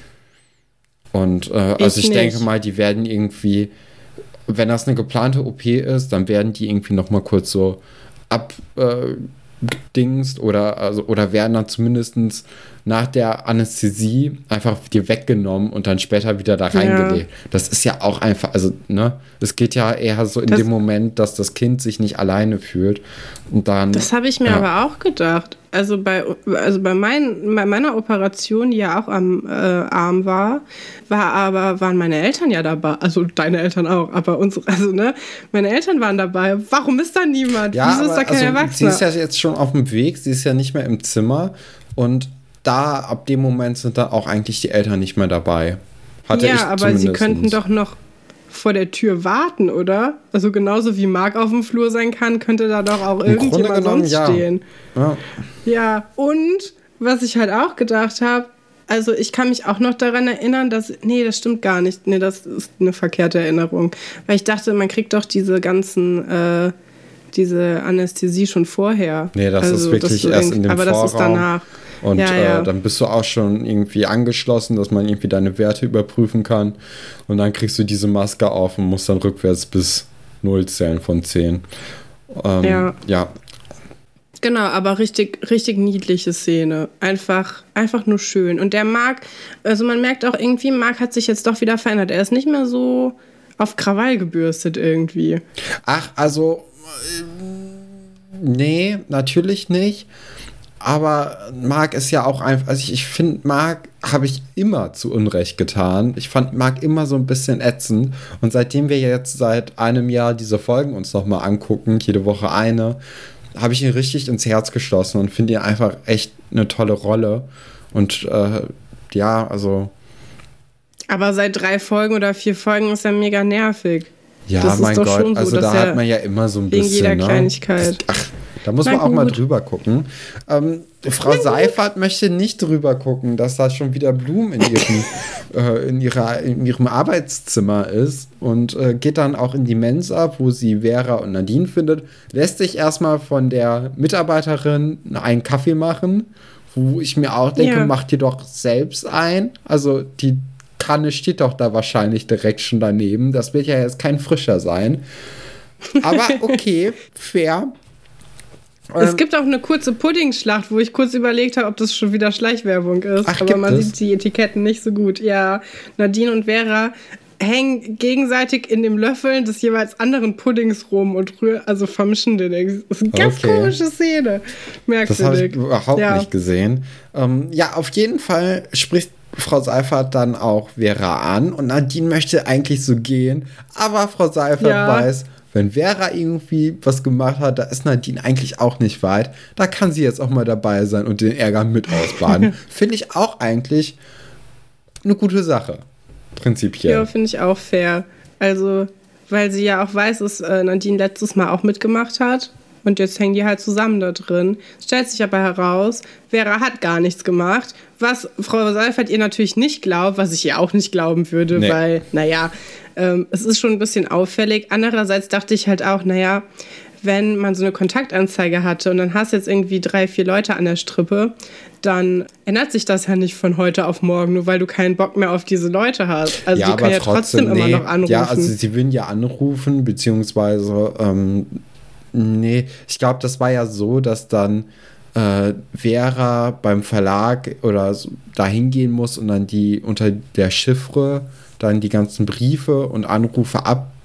Und äh, also Ich ich denke nicht. mal, die werden irgendwie, wenn das eine geplante O P ist, dann werden die irgendwie noch mal kurz so abgedingst oder also oder werden dann zumindest nach der Anästhesie einfach dir weggenommen und dann später wieder da Ja. reingelegt. Das ist ja auch einfach, also ne, es geht ja eher so in Das- dem Moment, dass das Kind sich nicht alleine fühlt und dann. Das habe ich mir Ja. aber auch gedacht. Also bei, also bei, mein, bei meiner Operation, die ja auch am äh, Arm war, war aber, waren meine Eltern ja dabei. Also deine Eltern auch, aber unsere, also ne, meine Eltern waren dabei. Warum ist da niemand? Ja, Wieso ist da aber kein also, Erwachsener? sie ist ja jetzt schon auf dem Weg, sie ist ja nicht mehr im Zimmer und da, ab dem Moment sind dann auch eigentlich die Eltern nicht mehr dabei. Hatte ich ja, aber sie zumindest. könnten doch noch vor der Tür warten, oder? Also genauso wie Marc auf dem Flur sein kann, könnte da doch auch Im Grunde irgendjemand genommen, sonst ja. stehen. Ja. Ja, und was ich halt auch gedacht habe, also ich kann mich auch noch daran erinnern, dass, nee, das stimmt gar nicht, nee, das ist eine verkehrte Erinnerung, weil ich dachte, man kriegt doch diese ganzen, äh, diese Anästhesie schon vorher. Nee, das also, ist wirklich erst in dem aber Vorraum. Das ist danach. Und ja, ja. Äh, dann bist du auch schon irgendwie angeschlossen, dass man irgendwie deine Werte überprüfen kann. Und dann kriegst du diese Maske auf und musst dann rückwärts bis null zählen von zehn. Ähm, ja. ja. Genau, aber richtig, richtig niedliche Szene. Einfach, einfach nur schön. Und der Marc, also man merkt auch irgendwie, Marc hat sich jetzt doch wieder verändert. Er ist nicht mehr so auf Krawall gebürstet irgendwie. Ach, also, nee, natürlich nicht. Aber Marc ist ja auch einfach, also ich, ich finde, Marc habe ich immer zu Unrecht getan. Ich fand Marc immer so ein bisschen ätzend. Und seitdem wir jetzt seit einem Jahr diese Folgen uns nochmal angucken, jede Woche eine, habe ich ihn richtig ins Herz geschlossen und finde ihn einfach echt eine tolle Rolle. Und äh, ja, also. Aber seit drei Folgen oder vier Folgen ist er mega nervig. Ja, das mein ist doch Gott, schon so, also da dass hat man ja immer so ein wegen bisschen. jeder ne? Kleinigkeit. Ach, da muss Na man auch gut. mal drüber gucken. Ähm, Frau Seifert möchte nicht drüber gucken, dass da schon wieder Blumen in ihrem, äh, in ihrer, in ihrem Arbeitszimmer ist und äh, geht dann auch in die Mensa, wo sie Vera und Nadine findet, lässt sich erstmal von der Mitarbeiterin einen Kaffee machen, wo ich mir auch denke, Ja. mach dir doch selbst ein. Also die Kanne steht doch da wahrscheinlich direkt schon daneben. Das wird ja jetzt kein frischer sein. Aber okay, fair. Es gibt auch eine kurze Puddingschlacht, wo ich kurz überlegt habe, ob das schon wieder Schleichwerbung ist. Ach, aber gibt man es? sieht die Etiketten nicht so gut. Ja, Nadine und Vera hängen gegenseitig in dem Löffeln des jeweils anderen Puddings rum und rühren, also vermischen den. Das ist eine ganz Okay. komische Szene. Merkwürdig. Das habe ich überhaupt ja. nicht gesehen. Ähm, ja, auf jeden Fall spricht Frau Seifert dann auch Vera an und Nadine möchte eigentlich so gehen, aber Frau Seifert Ja. weiß, wenn Vera irgendwie was gemacht hat, da ist Nadine eigentlich auch nicht weit. Da kann sie jetzt auch mal dabei sein und den Ärger mit ausbaden. Finde ich auch eigentlich eine gute Sache. Prinzipiell. Ja, finde ich auch fair. Also, weil sie ja auch weiß, dass äh, Nadine letztes Mal auch mitgemacht hat. Und jetzt hängen die halt zusammen da drin. Stellt sich aber heraus, Vera hat gar nichts gemacht. Was Frau Seifert ihr natürlich nicht glaubt, was ich ihr auch nicht glauben würde, Nee. weil, naja, ähm, es ist schon ein bisschen auffällig. Andererseits dachte ich halt auch, naja, wenn man so eine Kontaktanzeige hatte und dann hast du jetzt irgendwie drei, vier Leute an der Strippe, dann ändert sich das ja nicht von heute auf morgen, nur weil du keinen Bock mehr auf diese Leute hast. Also ja, die können ja aber trotzdem, trotzdem, nee. immer noch anrufen. Ja, also sie würden ja anrufen, beziehungsweise ähm, nee, ich glaube, das war ja so, dass dann äh, Vera beim Verlag oder so dahin gehen muss und dann die unter der Chiffre dann die ganzen Briefe und Anrufe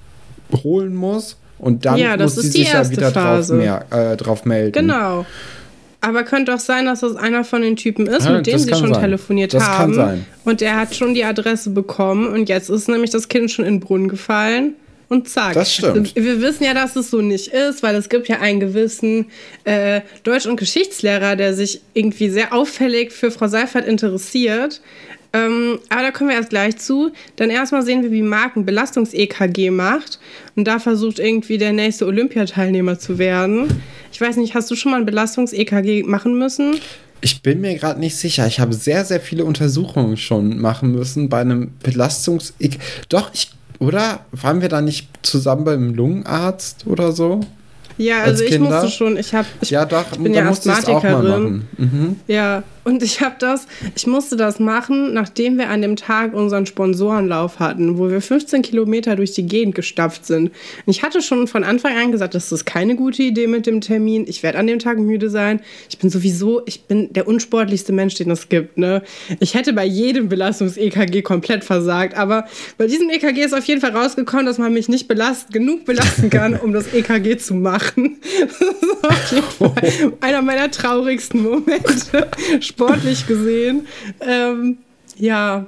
abholen muss und dann Ja, das muss sie ist die sich ja erste wieder drauf, Phase. mehr, äh, drauf melden. Genau. Aber könnte auch sein, dass das einer von den Typen ist, Ja, mit dem das sie kann schon sein. telefoniert Das kann haben. sein. Und der hat schon die Adresse bekommen und jetzt ist nämlich das Kind schon in den Brunnen gefallen. Und zack. Das stimmt. Wir wissen ja, dass es so nicht ist, weil es gibt ja einen gewissen äh, Deutsch- und Geschichtslehrer, der sich irgendwie sehr auffällig für Frau Seifert interessiert. Ähm, aber da kommen wir erst gleich zu. Dann erstmal sehen wir, wie Marc ein Belastungs-E K G macht und da versucht irgendwie der nächste Olympiateilnehmer zu werden. Ich weiß nicht, hast du schon mal ein Belastungs-E K G machen müssen? Ich bin mir gerade nicht sicher. Ich habe sehr, sehr viele Untersuchungen schon machen müssen bei einem Belastungs... Ich, doch, ich, oder? Waren wir da nicht zusammen beim Lungenarzt oder so? Ja, Als also ich Kinder? musste schon, ich habe, ich Ja, doch, bin da ja musste ich es auch mal Asthmatikerin. machen. Mhm. Ja, und ich habe das, ich musste das machen, nachdem wir an dem Tag unseren Sponsorenlauf hatten, wo wir fünfzehn Kilometer durch die Gegend gestapft sind. Und ich hatte schon von Anfang an gesagt, das ist keine gute Idee mit dem Termin. Ich werde an dem Tag müde sein. Ich bin sowieso, ich bin der unsportlichste Mensch, den es gibt. Ne? Ich hätte bei jedem Belastungs-E K G komplett versagt, aber bei diesem E K G ist auf jeden Fall rausgekommen, dass man mich nicht belast, genug belasten kann, um das E K G zu machen. Das ist auf jeden Fall einer meiner traurigsten Momente, sportlich gesehen. Ähm, ja,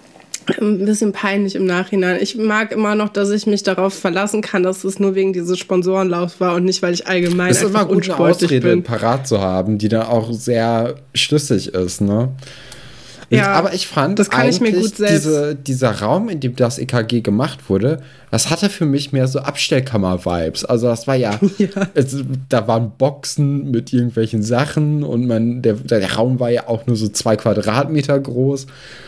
ein bisschen peinlich im Nachhinein. Ich mag immer noch, dass ich mich darauf verlassen kann, dass es nur wegen dieses Sponsorenlaufs war und nicht, weil ich allgemein Es ist immer einfach gut, eine unsportlich Ausrede bin. parat zu haben, die dann auch sehr schlüssig ist, ne? Und, Ja, aber ich fand das kann ich mir eigentlich gut selbst- diese, dieser Raum, in dem das E K G gemacht wurde, das hatte für mich mehr so Abstellkammer-Vibes. Also das war ja, Ja. Es, da waren Boxen mit irgendwelchen Sachen und man, der, der Raum war ja auch nur so zwei Quadratmeter groß.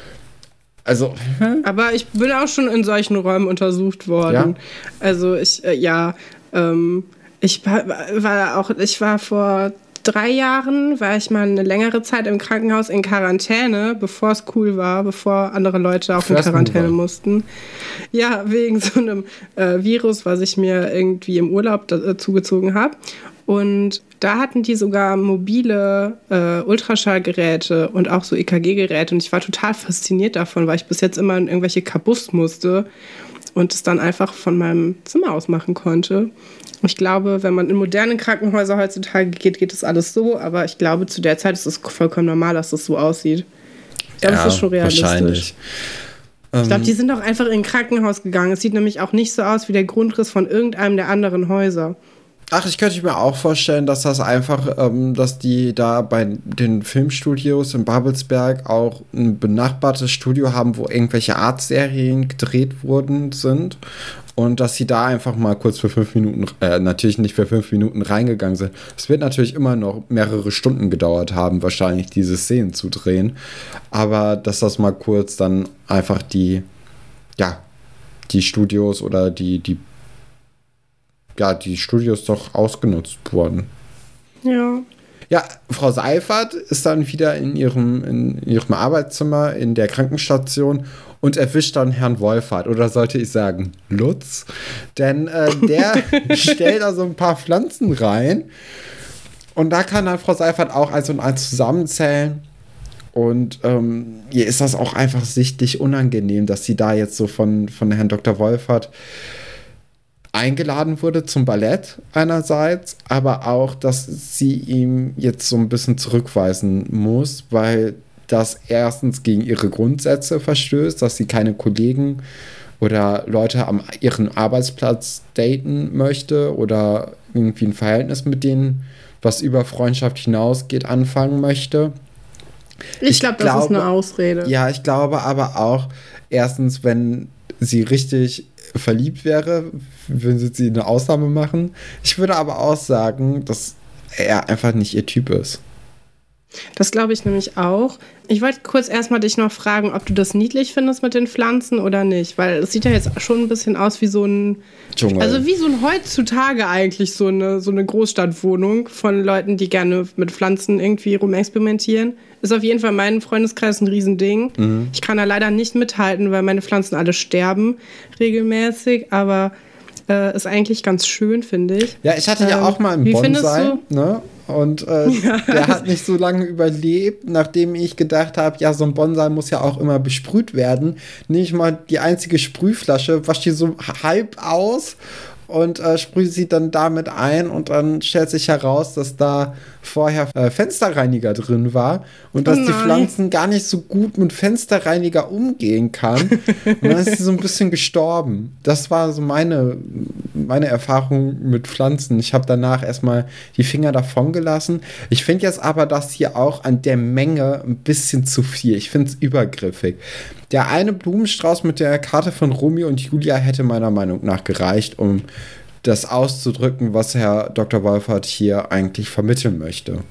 Also, Aber ich bin auch schon in solchen Räumen untersucht worden. Ja? Also ich, äh, ja, ähm, Ich war, war auch, ich war vor drei Jahren, war ich mal eine längere Zeit im Krankenhaus in Quarantäne, bevor es cool war, bevor andere Leute auch in Quarantäne mussten. Ja, wegen so einem äh, Virus, was ich mir irgendwie im Urlaub da, äh, zugezogen habe. Und da hatten die sogar mobile äh, Ultraschallgeräte und auch so E K G-Geräte. Und ich war total fasziniert davon, weil ich bis jetzt immer in irgendwelche Kabuffs musste und es dann einfach von meinem Zimmer aus machen konnte. Ich glaube, wenn man in moderne Krankenhäuser heutzutage geht, geht das alles so. Aber ich glaube, zu der Zeit ist es vollkommen normal, dass das so aussieht. Ich glaube, ja, das ist schon realistisch. Wahrscheinlich. Ich glaube, die sind auch einfach in ein Krankenhaus gegangen. Es sieht nämlich auch nicht so aus wie der Grundriss von irgendeinem der anderen Häuser. Ach, ich könnte mir auch vorstellen, dass das einfach, ähm, dass die da bei den Filmstudios in Babelsberg auch ein benachbartes Studio haben, wo irgendwelche Artserien gedreht wurden sind und dass sie da einfach mal kurz für fünf Minuten, äh, natürlich nicht für fünf Minuten reingegangen sind. Es wird natürlich immer noch mehrere Stunden gedauert haben, wahrscheinlich diese Szenen zu drehen, aber dass das mal kurz dann einfach die, ja, die Studios oder die, die ja, die Studios doch ausgenutzt wurden. Ja. Ja, Frau Seifert ist dann wieder in ihrem, in ihrem Arbeitszimmer in der Krankenstation und erwischt dann Herrn Wolfert. Oder sollte ich sagen, Lutz? Denn äh, der stellt da so ein paar Pflanzen rein. Und da kann dann Frau Seifert auch eins und eins zusammenzählen. Und ähm, ihr ist das auch einfach sichtlich unangenehm, dass sie da jetzt so von, von Herrn Doktor Wolfert eingeladen wurde zum Ballett einerseits, aber auch, dass sie ihm jetzt so ein bisschen zurückweisen muss, weil das erstens gegen ihre Grundsätze verstößt, dass sie keine Kollegen oder Leute am ihren Arbeitsplatz daten möchte oder irgendwie ein Verhältnis mit denen, was über Freundschaft hinausgeht, anfangen möchte. Ich, ich glaube, das glaube, ist eine Ausrede. Ja, ich glaube aber auch, erstens, wenn sie richtig verliebt wäre, würde sie eine Ausnahme machen. Ich würde aber auch sagen, dass er einfach nicht ihr Typ ist. Das glaube ich nämlich auch. Ich wollte kurz erstmal dich noch fragen, ob du das niedlich findest mit den Pflanzen oder nicht, weil es sieht ja jetzt schon ein bisschen aus wie so ein Dschungel. Also wie so ein heutzutage eigentlich so eine, so eine Großstadtwohnung von Leuten, die gerne mit Pflanzen irgendwie rumexperimentieren. Ist auf jeden Fall in meinem Freundeskreis ein Riesending. Mhm. Ich kann da leider nicht mithalten, weil meine Pflanzen alle sterben regelmäßig, aber äh, ist eigentlich ganz schön, finde ich. Ja, ich hatte ähm, ja auch mal einen Bonsai, ne? Und äh, ja. Der hat nicht so lange überlebt, nachdem ich gedacht habe, ja, so ein Bonsai muss ja auch immer besprüht werden. Nehme ich mal die einzige Sprühflasche, wasche die so halb aus und äh, sprühe sie dann damit ein und dann stellt sich heraus, dass da vorher äh, Fensterreiniger drin war und dass oh die Pflanzen gar nicht so gut mit Fensterreiniger umgehen kann. Und dann ist sie so ein bisschen gestorben. Das war so meine, meine Erfahrung mit Pflanzen. Ich habe danach erstmal die Finger davon gelassen. Ich finde jetzt aber das hier auch an der Menge ein bisschen zu viel. Ich finde es übergriffig. Der eine Blumenstrauß mit der Karte von Romeo und Julia hätte meiner Meinung nach gereicht, um das auszudrücken, was Herr Doktor Wolfert hier eigentlich vermitteln möchte.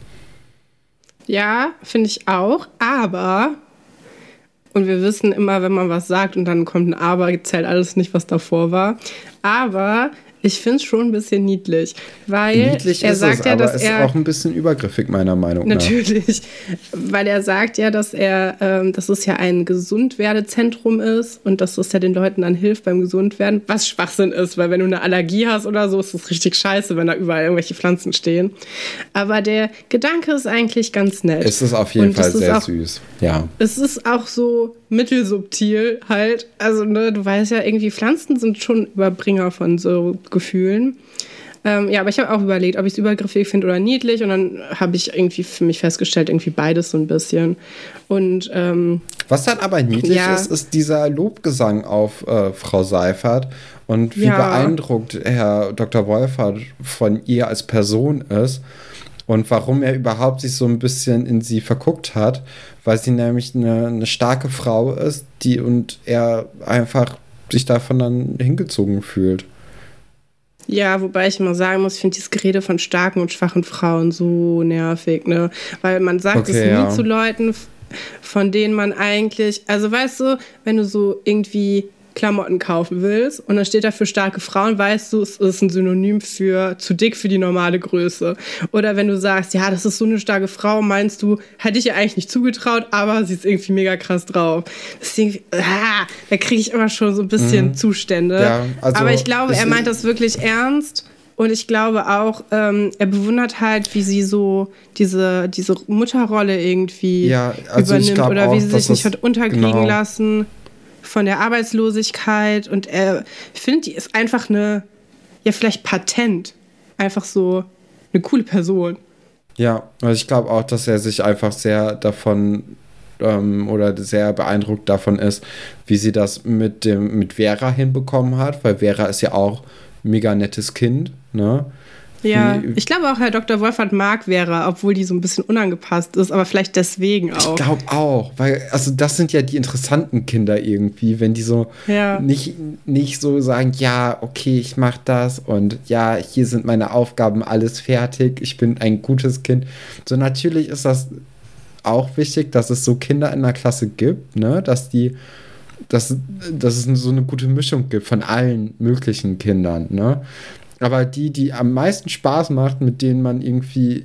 Ja, finde ich auch, aber, und wir wissen immer, wenn man was sagt und dann kommt ein Aber, zählt alles nicht, was davor war, aber ich finde es schon ein bisschen niedlich, weil niedlich er ist sagt es, ja, aber dass ist er auch ein bisschen übergriffig meiner Meinung nach. Natürlich, weil er sagt ja, dass er, ähm, dass es ja ein Gesundwerdezentrum ist und dass es ja den Leuten dann hilft beim Gesundwerden, was Schwachsinn ist, weil wenn du eine Allergie hast oder so, ist es richtig scheiße, wenn da überall irgendwelche Pflanzen stehen. Aber der Gedanke ist eigentlich ganz nett. Es ist auf jeden und Fall sehr auch, süß, ja. Es ist auch so mittelsubtil halt, also ne, du weißt ja, irgendwie Pflanzen sind schon Überbringer von so Gefühlen. Ähm, ja, aber ich habe auch überlegt, ob ich es übergriffig finde oder niedlich und dann habe ich irgendwie für mich festgestellt, irgendwie beides so ein bisschen. Und ähm, was dann aber niedlich ja. ist, ist dieser Lobgesang auf äh, Frau Seifert und wie ja. beeindruckt Herr Doktor Wolfert von ihr als Person ist und warum er überhaupt sich so ein bisschen in sie verguckt hat, weil sie nämlich eine, eine starke Frau ist, die und er einfach sich davon dann hingezogen fühlt. Ja, wobei ich immer sagen muss, ich finde dieses Gerede von starken und schwachen Frauen so nervig, ne? Weil man sagt okay, es nie ja. zu Leuten, von denen man eigentlich, also weißt du, wenn du so irgendwie Klamotten kaufen willst und dann steht da für starke Frauen, weißt du, es ist ein Synonym für zu dick für die normale Größe. Oder wenn du sagst, ja, das ist so eine starke Frau, meinst du, hätte ich ihr eigentlich nicht zugetraut, aber sie ist irgendwie mega krass drauf. Deswegen, ah, da kriege ich immer schon so ein bisschen mhm. Zustände. Ja, also aber ich glaube, er meint das wirklich ernst. Und ich glaube auch, ähm, er bewundert halt, wie sie so diese, diese Mutterrolle irgendwie ja, also übernimmt oder auch, wie sie sich nicht hat unterkriegen genau. lassen von der Arbeitslosigkeit. Und er, ich finde, die ist einfach eine, ja vielleicht patent, einfach so eine coole Person. Ja, also ich glaube auch, dass er sich einfach sehr davon ähm, oder sehr beeindruckt davon ist, wie sie das mit dem mit Vera hinbekommen hat, weil Vera ist ja auch mega nettes Kind, ne? Ja, Wie, ich glaube auch, Herr Doktor Wolfert mag Vera, obwohl die so ein bisschen unangepasst ist, aber vielleicht deswegen auch. Ich glaube auch, weil, also das sind ja die interessanten Kinder irgendwie, wenn die so ja. nicht, nicht so sagen, ja, okay, ich mach das und ja, hier sind meine Aufgaben, alles fertig, ich bin ein gutes Kind. So, natürlich ist das auch wichtig, dass es so Kinder in der Klasse gibt, ne, dass die Dass, dass es so eine gute Mischung gibt von allen möglichen Kindern, ne? Aber die, die am meisten Spaß macht, mit denen man irgendwie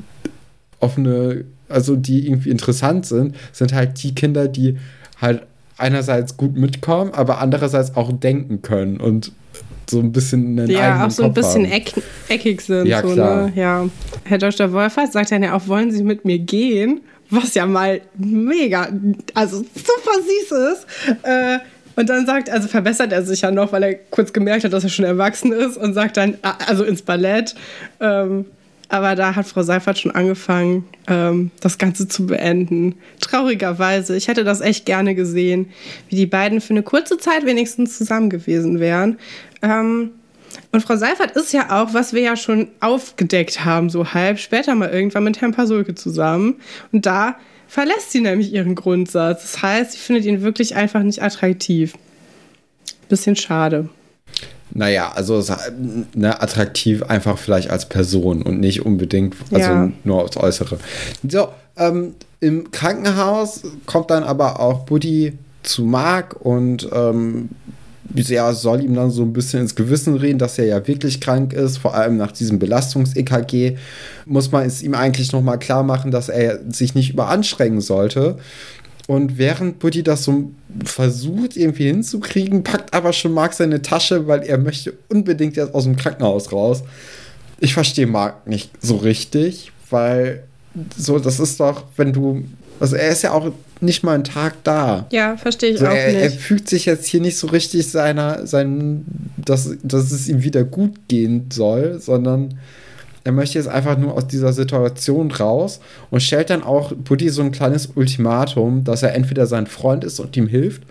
auf eine, also die irgendwie interessant sind, sind halt die Kinder, die halt einerseits gut mitkommen, aber andererseits auch denken können und so ein bisschen einen ja, eigenen auch so ein Kopf bisschen haben. eck, eckig sind. Ja, so, klar. Ne? Ja. Herr Doktor Wolfert sagt dann ja auch, wollen Sie mit mir gehen? Was ja mal mega, also super süß ist. Äh, und dann sagt, also verbessert er sich ja noch, weil er kurz gemerkt hat, dass er schon erwachsen ist und sagt dann, also ins Ballett. Ähm, aber da hat Frau Seifert schon angefangen, ähm, das Ganze zu beenden. Traurigerweise. Ich hätte das echt gerne gesehen, wie die beiden für eine kurze Zeit wenigstens zusammen gewesen wären. Ähm, Und Frau Seifert ist ja auch, was wir ja schon aufgedeckt haben, so halb, später mal irgendwann mit Herrn Pasulke zusammen. Und da verlässt sie nämlich ihren Grundsatz. Das heißt, sie findet ihn wirklich einfach nicht attraktiv. Bisschen schade. Naja, also ne, attraktiv einfach vielleicht als Person und nicht unbedingt, also ja. nur aufs Äußere. So, ähm, im Krankenhaus kommt dann aber auch Buddy zu Marc und ähm, ja, soll ihm dann so ein bisschen ins Gewissen reden, dass er ja wirklich krank ist, vor allem nach diesem Belastungs-E K G muss man es ihm eigentlich nochmal klar machen, dass er sich nicht überanstrengen sollte. Und während Buddy das so versucht, irgendwie hinzukriegen, packt aber schon Marc seine Tasche, weil er möchte unbedingt jetzt aus dem Krankenhaus raus. Ich verstehe Marc nicht so richtig, weil so, das ist doch, wenn du, also er ist ja auch nicht mal einen Tag da. Ja, verstehe ich so, auch er, nicht. Er fügt sich jetzt hier nicht so richtig seiner, sein, dass, dass es ihm wieder gut gehen soll, sondern er möchte jetzt einfach nur aus dieser Situation raus und stellt dann auch Buddy so ein kleines Ultimatum, dass er entweder sein Freund ist und ihm hilft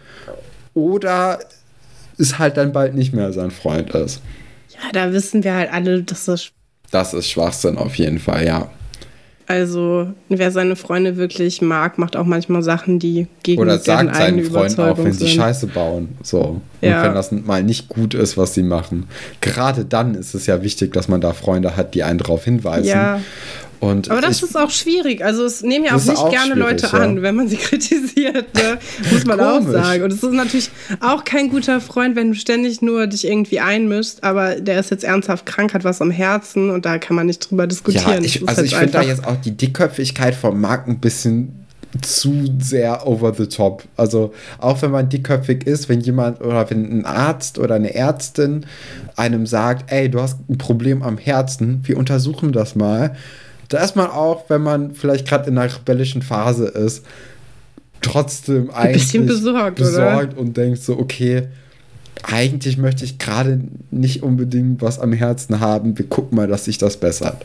oder es halt dann bald nicht mehr sein Freund ist. Ja, da wissen wir halt alle, dass das... Das ist Schwachsinn auf jeden Fall, ja. Also, wer seine Freunde wirklich mag, macht auch manchmal Sachen, die gegen Oder deren eigene Überzeugung sind. Oder sagt seinen Freunden auch, wenn sie sind. Scheiße bauen. So. Ja. Und wenn das mal nicht gut ist, was sie machen. Gerade dann ist es ja wichtig, dass man da Freunde hat, die einen darauf hinweisen. Ja. Und aber das ich, ist auch schwierig. Also es nehmen ja auch nicht auch gerne Leute ja. an, wenn man sie kritisiert, ne? Muss man auch sagen. Und es ist natürlich auch kein guter Freund, wenn du ständig nur dich irgendwie einmischst, aber der ist jetzt ernsthaft krank, hat was am Herzen und da kann man nicht drüber diskutieren. Ja, ich, also ich finde da jetzt auch die Dickköpfigkeit von Marc ein bisschen zu sehr over the top. Also auch wenn man dickköpfig ist, wenn jemand oder wenn ein Arzt oder eine Ärztin einem sagt, ey, du hast ein Problem am Herzen, wir untersuchen das mal. Da ist man auch, wenn man vielleicht gerade in einer rebellischen Phase ist, trotzdem eigentlich ein bisschen besorgt, besorgt oder? Und denkt so, okay, eigentlich möchte ich gerade nicht unbedingt was am Herzen haben. Wir gucken mal, dass sich das bessert.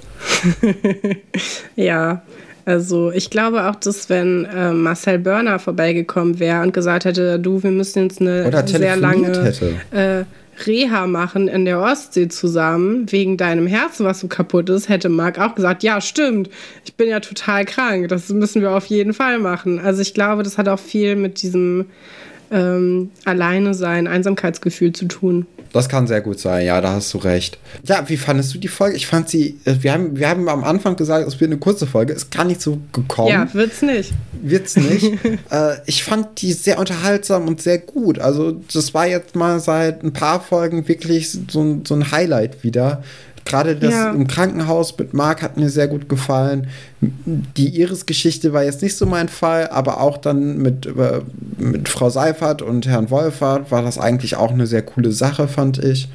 Ja, also ich glaube auch, dass wenn äh, Marcel Börner vorbeigekommen wäre und gesagt hätte, du, wir müssen jetzt eine oder sehr lange hätte. Äh, Reha machen in der Ostsee zusammen, wegen deinem Herzen, was so kaputt ist, hätte Marc auch gesagt, ja, stimmt, ich bin ja total krank, das müssen wir auf jeden Fall machen. Also ich glaube, das hat auch viel mit diesem ähm, Alleine sein, Einsamkeitsgefühl zu tun. Das kann sehr gut sein, ja, da hast du recht. Ja, wie fandest du die Folge? Ich fand sie, wir haben, wir haben am Anfang gesagt, es wird eine kurze Folge, ist gar nicht so gekommen. Ja, wird's nicht. Wird's nicht. äh, ich fand die sehr unterhaltsam und sehr gut. Also das war jetzt mal seit ein paar Folgen wirklich so, so ein Highlight wieder. Gerade das ja. im Krankenhaus mit Marc hat mir sehr gut gefallen. Die Iris-Geschichte war jetzt nicht so mein Fall, aber auch dann mit, äh, mit Frau Seifert und Herrn Wolfert war das eigentlich auch eine sehr coole Sache, fand ich.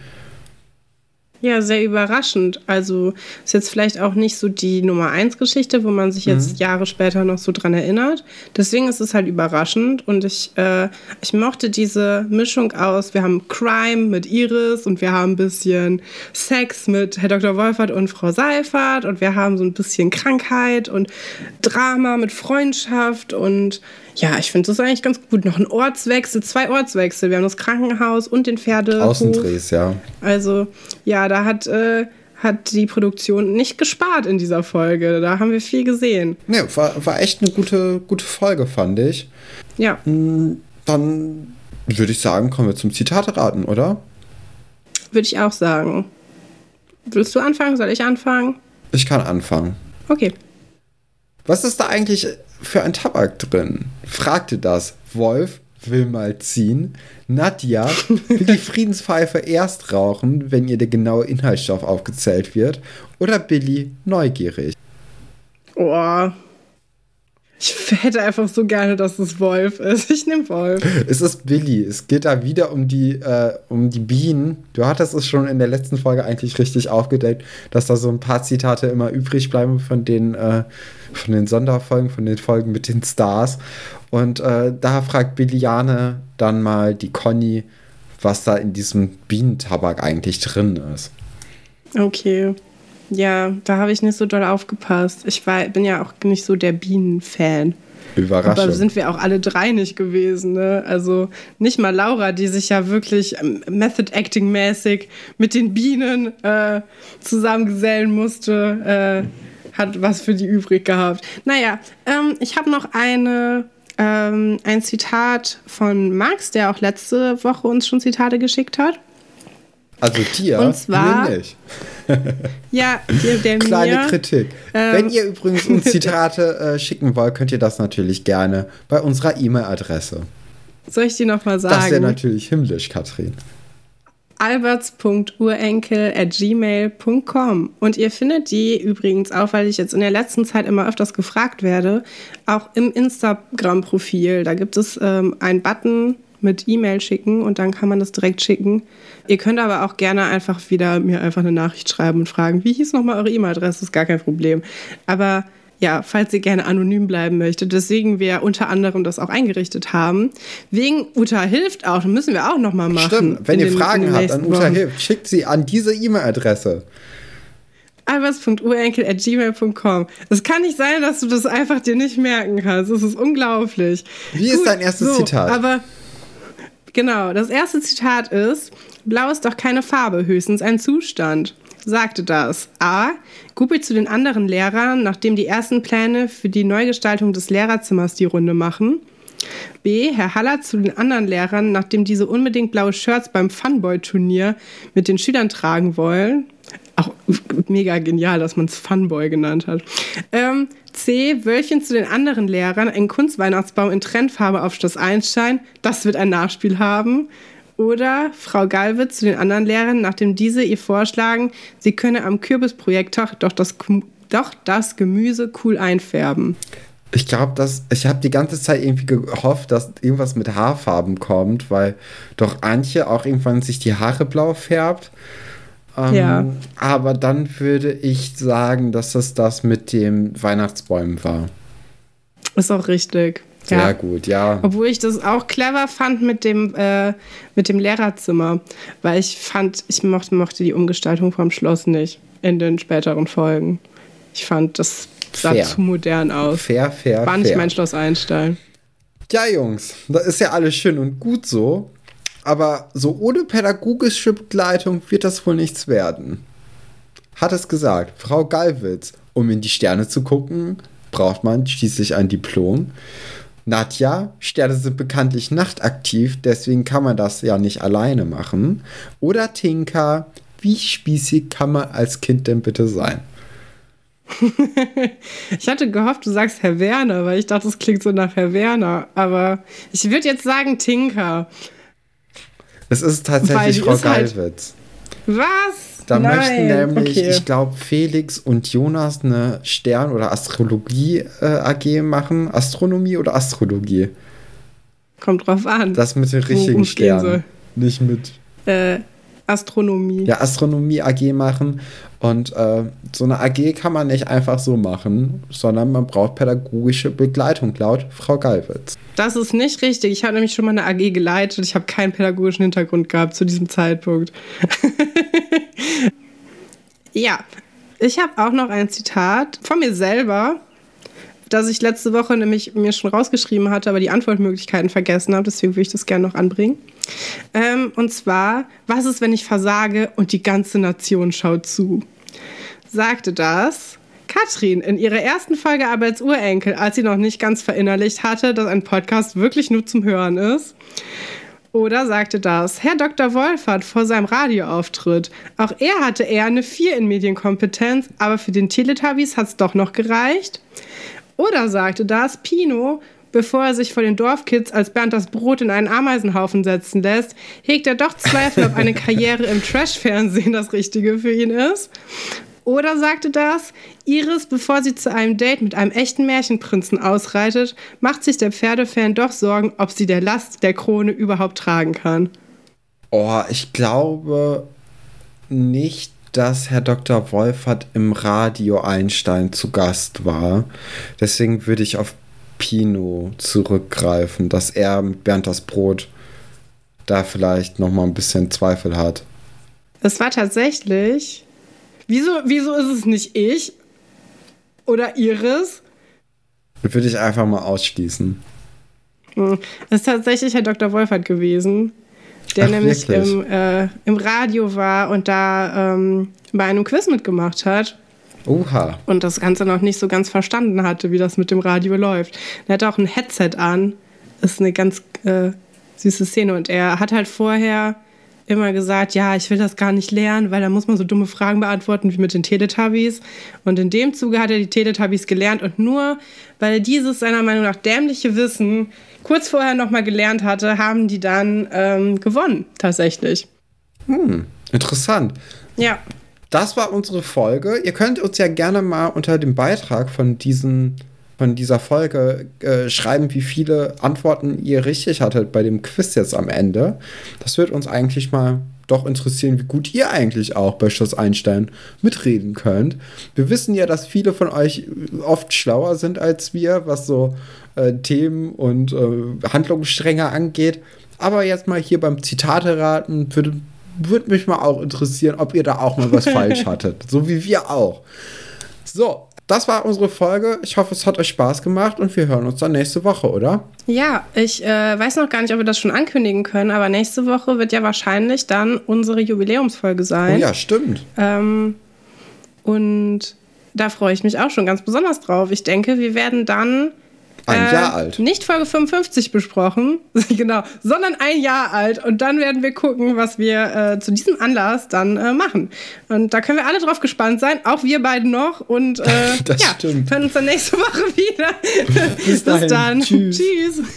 Ja, sehr überraschend. Also ist jetzt vielleicht auch nicht so die Nummer eins Geschichte, wo man sich jetzt mhm. Jahre später noch so dran erinnert. Deswegen ist es halt überraschend und ich, äh, ich mochte diese Mischung aus, wir haben Crime mit Iris und wir haben ein bisschen Sex mit Herr Doktor Wolfert und Frau Seifert und wir haben so ein bisschen Krankheit und Drama mit Freundschaft und ja, ich finde das eigentlich ganz gut. Noch ein Ortswechsel, zwei Ortswechsel. Wir haben das Krankenhaus und den Pferdehof. Außendrehs, ja. Also, ja, da hat, äh, hat die Produktion nicht gespart in dieser Folge. Da haben wir viel gesehen. Ne, war, war echt eine gute, gute Folge, fand ich. Ja. Dann würde ich sagen, kommen wir zum Zitate-Raten, oder? Würde ich auch sagen. Willst du anfangen? Soll ich anfangen? Ich kann anfangen. Okay. Was ist da eigentlich für ein Tabak drin? Fragte das Wolf, will mal ziehen. Nadja will die Friedenspfeife erst rauchen, wenn ihr der genaue Inhaltsstoff aufgezählt wird. Oder Billy, neugierig. Oh. Ich hätte einfach so gerne, dass es Wolf ist. Ich nehme Wolf. Es ist Billy. Es geht da wieder um die, äh, um die Bienen. Du hattest es schon in der letzten Folge eigentlich richtig aufgedeckt, dass da so ein paar Zitate immer übrig bleiben von den, äh, von den Sonderfolgen, von den Folgen mit den Stars. Und äh, da fragt Billiane dann mal die Conny, was da in diesem Bienentabak eigentlich drin ist. Okay. Ja, da habe ich nicht so doll aufgepasst. Ich war, bin ja auch nicht so der Bienen-Fan. Überraschend. Aber sind wir auch alle drei nicht gewesen, ne? Also nicht mal Laura, die sich ja wirklich Method-Acting-mäßig mit den Bienen äh, zusammengesellen musste, äh, hat was für die übrig gehabt. Naja, ähm, ich habe noch eine, ähm, ein Zitat von Max, der auch letzte Woche uns schon Zitate geschickt hat. Also dir, und zwar, mir nicht. Ja, der, der Kleine mir, Kritik. Ähm, Wenn ihr übrigens uns Zitate äh, schicken wollt, könnt ihr das natürlich gerne bei unserer E-Mail-Adresse. Soll ich die nochmal sagen? Das wäre natürlich himmlisch, Katrin. alberts punkt urenkel at gmail punkt com. Und ihr findet die übrigens auch, weil ich jetzt in der letzten Zeit immer öfters gefragt werde, auch im Instagram-Profil. Da gibt es ähm, einen Button mit E-Mail schicken und dann kann man das direkt schicken. Ihr könnt aber auch gerne einfach wieder mir einfach eine Nachricht schreiben und fragen, wie hieß nochmal eure E-Mail-Adresse? Ist gar kein Problem. Aber ja, falls ihr gerne anonym bleiben möchtet, deswegen wir unter anderem das auch eingerichtet haben. Wegen Uta hilft auch, das müssen wir auch nochmal machen. Stimmt, wenn ihr den, Fragen habt an Uta Wochen. hilft, schickt sie an diese E-Mail-Adresse. alberts punkt urenkel at gmail punkt com. Es kann nicht sein, dass du das einfach dir nicht merken kannst. Das ist unglaublich. Wie Gut, ist dein erstes so, Zitat? Aber genau, das erste Zitat ist: Blau ist doch keine Farbe, höchstens ein Zustand. Sagte das A. Gubi zu den anderen Lehrern, nachdem die ersten Pläne für die Neugestaltung des Lehrerzimmers die Runde machen. B. Herr Haller zu den anderen Lehrern, nachdem diese unbedingt blaue Shirts beim Funboy-Turnier mit den Schülern tragen wollen. Auch mega genial, dass man es Funboy genannt hat. Ähm, C. Wölfchen zu den anderen Lehrern, ein Kunstweihnachtsbaum in Trendfarbe auf Schloss Einstein. Das wird ein Nachspiel haben. Oder Frau Gallwitz zu den anderen Lehrern, nachdem diese ihr vorschlagen, sie könne am Kürbisprojekt doch das, doch das Gemüse cool einfärben. Ich glaube, dass ich habe die ganze Zeit irgendwie gehofft, dass irgendwas mit Haarfarben kommt, weil doch Antje auch irgendwann sich die Haare blau färbt. Ähm, ja. Aber dann würde ich sagen, dass das das mit den Weihnachtsbäumen war. Ist auch richtig. Sehr ja. gut, ja. Obwohl ich das auch clever fand mit dem, äh, mit dem Lehrerzimmer, weil ich fand, ich mochte, mochte die Umgestaltung vom Schloss nicht in den späteren Folgen. Ich fand, das sah fair. zu modern aus. Fair, fair, War nicht fair. mein Schloss Einstein. Ja, Jungs, das ist ja alles schön und gut so, aber so ohne pädagogische Begleitung wird das wohl nichts werden. Hat es gesagt, Frau Gallwitz, um in die Sterne zu gucken, braucht man schließlich ein Diplom. Nadja, Sterne sind bekanntlich nachtaktiv, deswegen kann man das ja nicht alleine machen. Oder Tinka, wie spießig kann man als Kind denn bitte sein? Ich hatte gehofft, du sagst Herr Werner, weil ich dachte, das klingt so nach Herr Werner. Aber ich würde jetzt sagen Tinka. Es ist tatsächlich Frau Gallwitz. Halt Was? Da Nein. möchten nämlich, okay. ich glaube, Felix und Jonas eine Stern- oder Astrologie-A G äh, machen. Astronomie oder Astrologie? Kommt drauf an. Das mit den richtigen Sternen. Nicht mit. Äh, Astronomie. Ja, Astronomie-A G machen. Und äh, so eine A G kann man nicht einfach so machen, sondern man braucht pädagogische Begleitung, laut Frau Gallwitz. Das ist nicht richtig. Ich habe nämlich schon mal eine A G geleitet. Ich habe keinen pädagogischen Hintergrund gehabt zu diesem Zeitpunkt. Ja, ich habe auch noch ein Zitat von mir selber, das ich letzte Woche nämlich mir schon rausgeschrieben hatte, aber die Antwortmöglichkeiten vergessen habe. Deswegen würde ich das gerne noch anbringen. Ähm, und zwar, was ist, wenn ich versage und die ganze Nation schaut zu? Sagte das Katrin in ihrer ersten Folge Aber als Urenkel, als sie noch nicht ganz verinnerlicht hatte, dass ein Podcast wirklich nur zum Hören ist. Oder sagte das Herr Doktor Wolfert vor seinem Radioauftritt. Auch er hatte eher eine vier in Medienkompetenz, aber für den Teletubbies hat es doch noch gereicht. Oder sagte das Pino, bevor er sich vor den Dorfkids als Bernd das Brot in einen Ameisenhaufen setzen lässt, hegt er doch Zweifel, ob eine Karriere im Trash-Fernsehen das Richtige für ihn ist. Oder sagte das, Iris, bevor sie zu einem Date mit einem echten Märchenprinzen ausreitet, macht sich der Pferdefan doch Sorgen, ob sie der Last der Krone überhaupt tragen kann. Oh, ich glaube nicht, dass Herr Doktor Wolfert im Radio Einstein zu Gast war. Deswegen würde ich auf Pino zurückgreifen, dass er mit Bernd das Brot da vielleicht noch mal ein bisschen Zweifel hat. Es war tatsächlich... Wieso, wieso ist es nicht ich oder Iris? Würde ich einfach mal ausschließen. Hm. Es ist tatsächlich Herr Doktor Wolfert gewesen, der Ach, nämlich wirklich? im, äh, im Radio war und da ähm, bei einem Quiz mitgemacht hat. Oha. Und das Ganze noch nicht so ganz verstanden hatte, wie das mit dem Radio läuft. Er hat auch ein Headset an. Ist eine ganz äh, süße Szene. Und er hat halt vorher immer gesagt, ja, ich will das gar nicht lernen, weil da muss man so dumme Fragen beantworten wie mit den Teletubbies. Und in dem Zuge hat er die Teletubbies gelernt. Und nur weil er dieses seiner Meinung nach dämliche Wissen kurz vorher nochmal gelernt hatte, haben die dann ähm, gewonnen, tatsächlich. Hm, interessant. Ja. Das war unsere Folge. Ihr könnt uns ja gerne mal unter dem Beitrag von, diesen, von dieser Folge äh, schreiben, wie viele Antworten ihr richtig hattet bei dem Quiz jetzt am Ende. Das wird uns eigentlich mal doch interessieren, wie gut ihr eigentlich auch bei Schloss Einstein mitreden könnt. Wir wissen ja, dass viele von euch oft schlauer sind als wir, was so äh, Themen und äh, Handlungsstränge angeht. Aber jetzt mal hier beim Zitate raten, würde Würde mich mal auch interessieren, ob ihr da auch mal was falsch hattet. So wie wir auch. So, das war unsere Folge. Ich hoffe, es hat euch Spaß gemacht und wir hören uns dann nächste Woche, oder? Ja, ich äh, weiß noch gar nicht, ob wir das schon ankündigen können, aber nächste Woche wird ja wahrscheinlich dann unsere Jubiläumsfolge sein. Oh ja, stimmt. Ähm, und da freue ich mich auch schon ganz besonders drauf. Ich denke, wir werden dann Ein äh, Jahr alt. Nicht Folge fünfundfünfzig besprochen, genau, sondern ein Jahr alt. Und dann werden wir gucken, was wir äh, zu diesem Anlass dann äh, machen. Und da können wir alle drauf gespannt sein, auch wir beiden noch. Und äh, Das ja, stimmt. hören uns dann nächste Woche wieder. Bis dahin. Bis dann. Tschüss. Tschüss.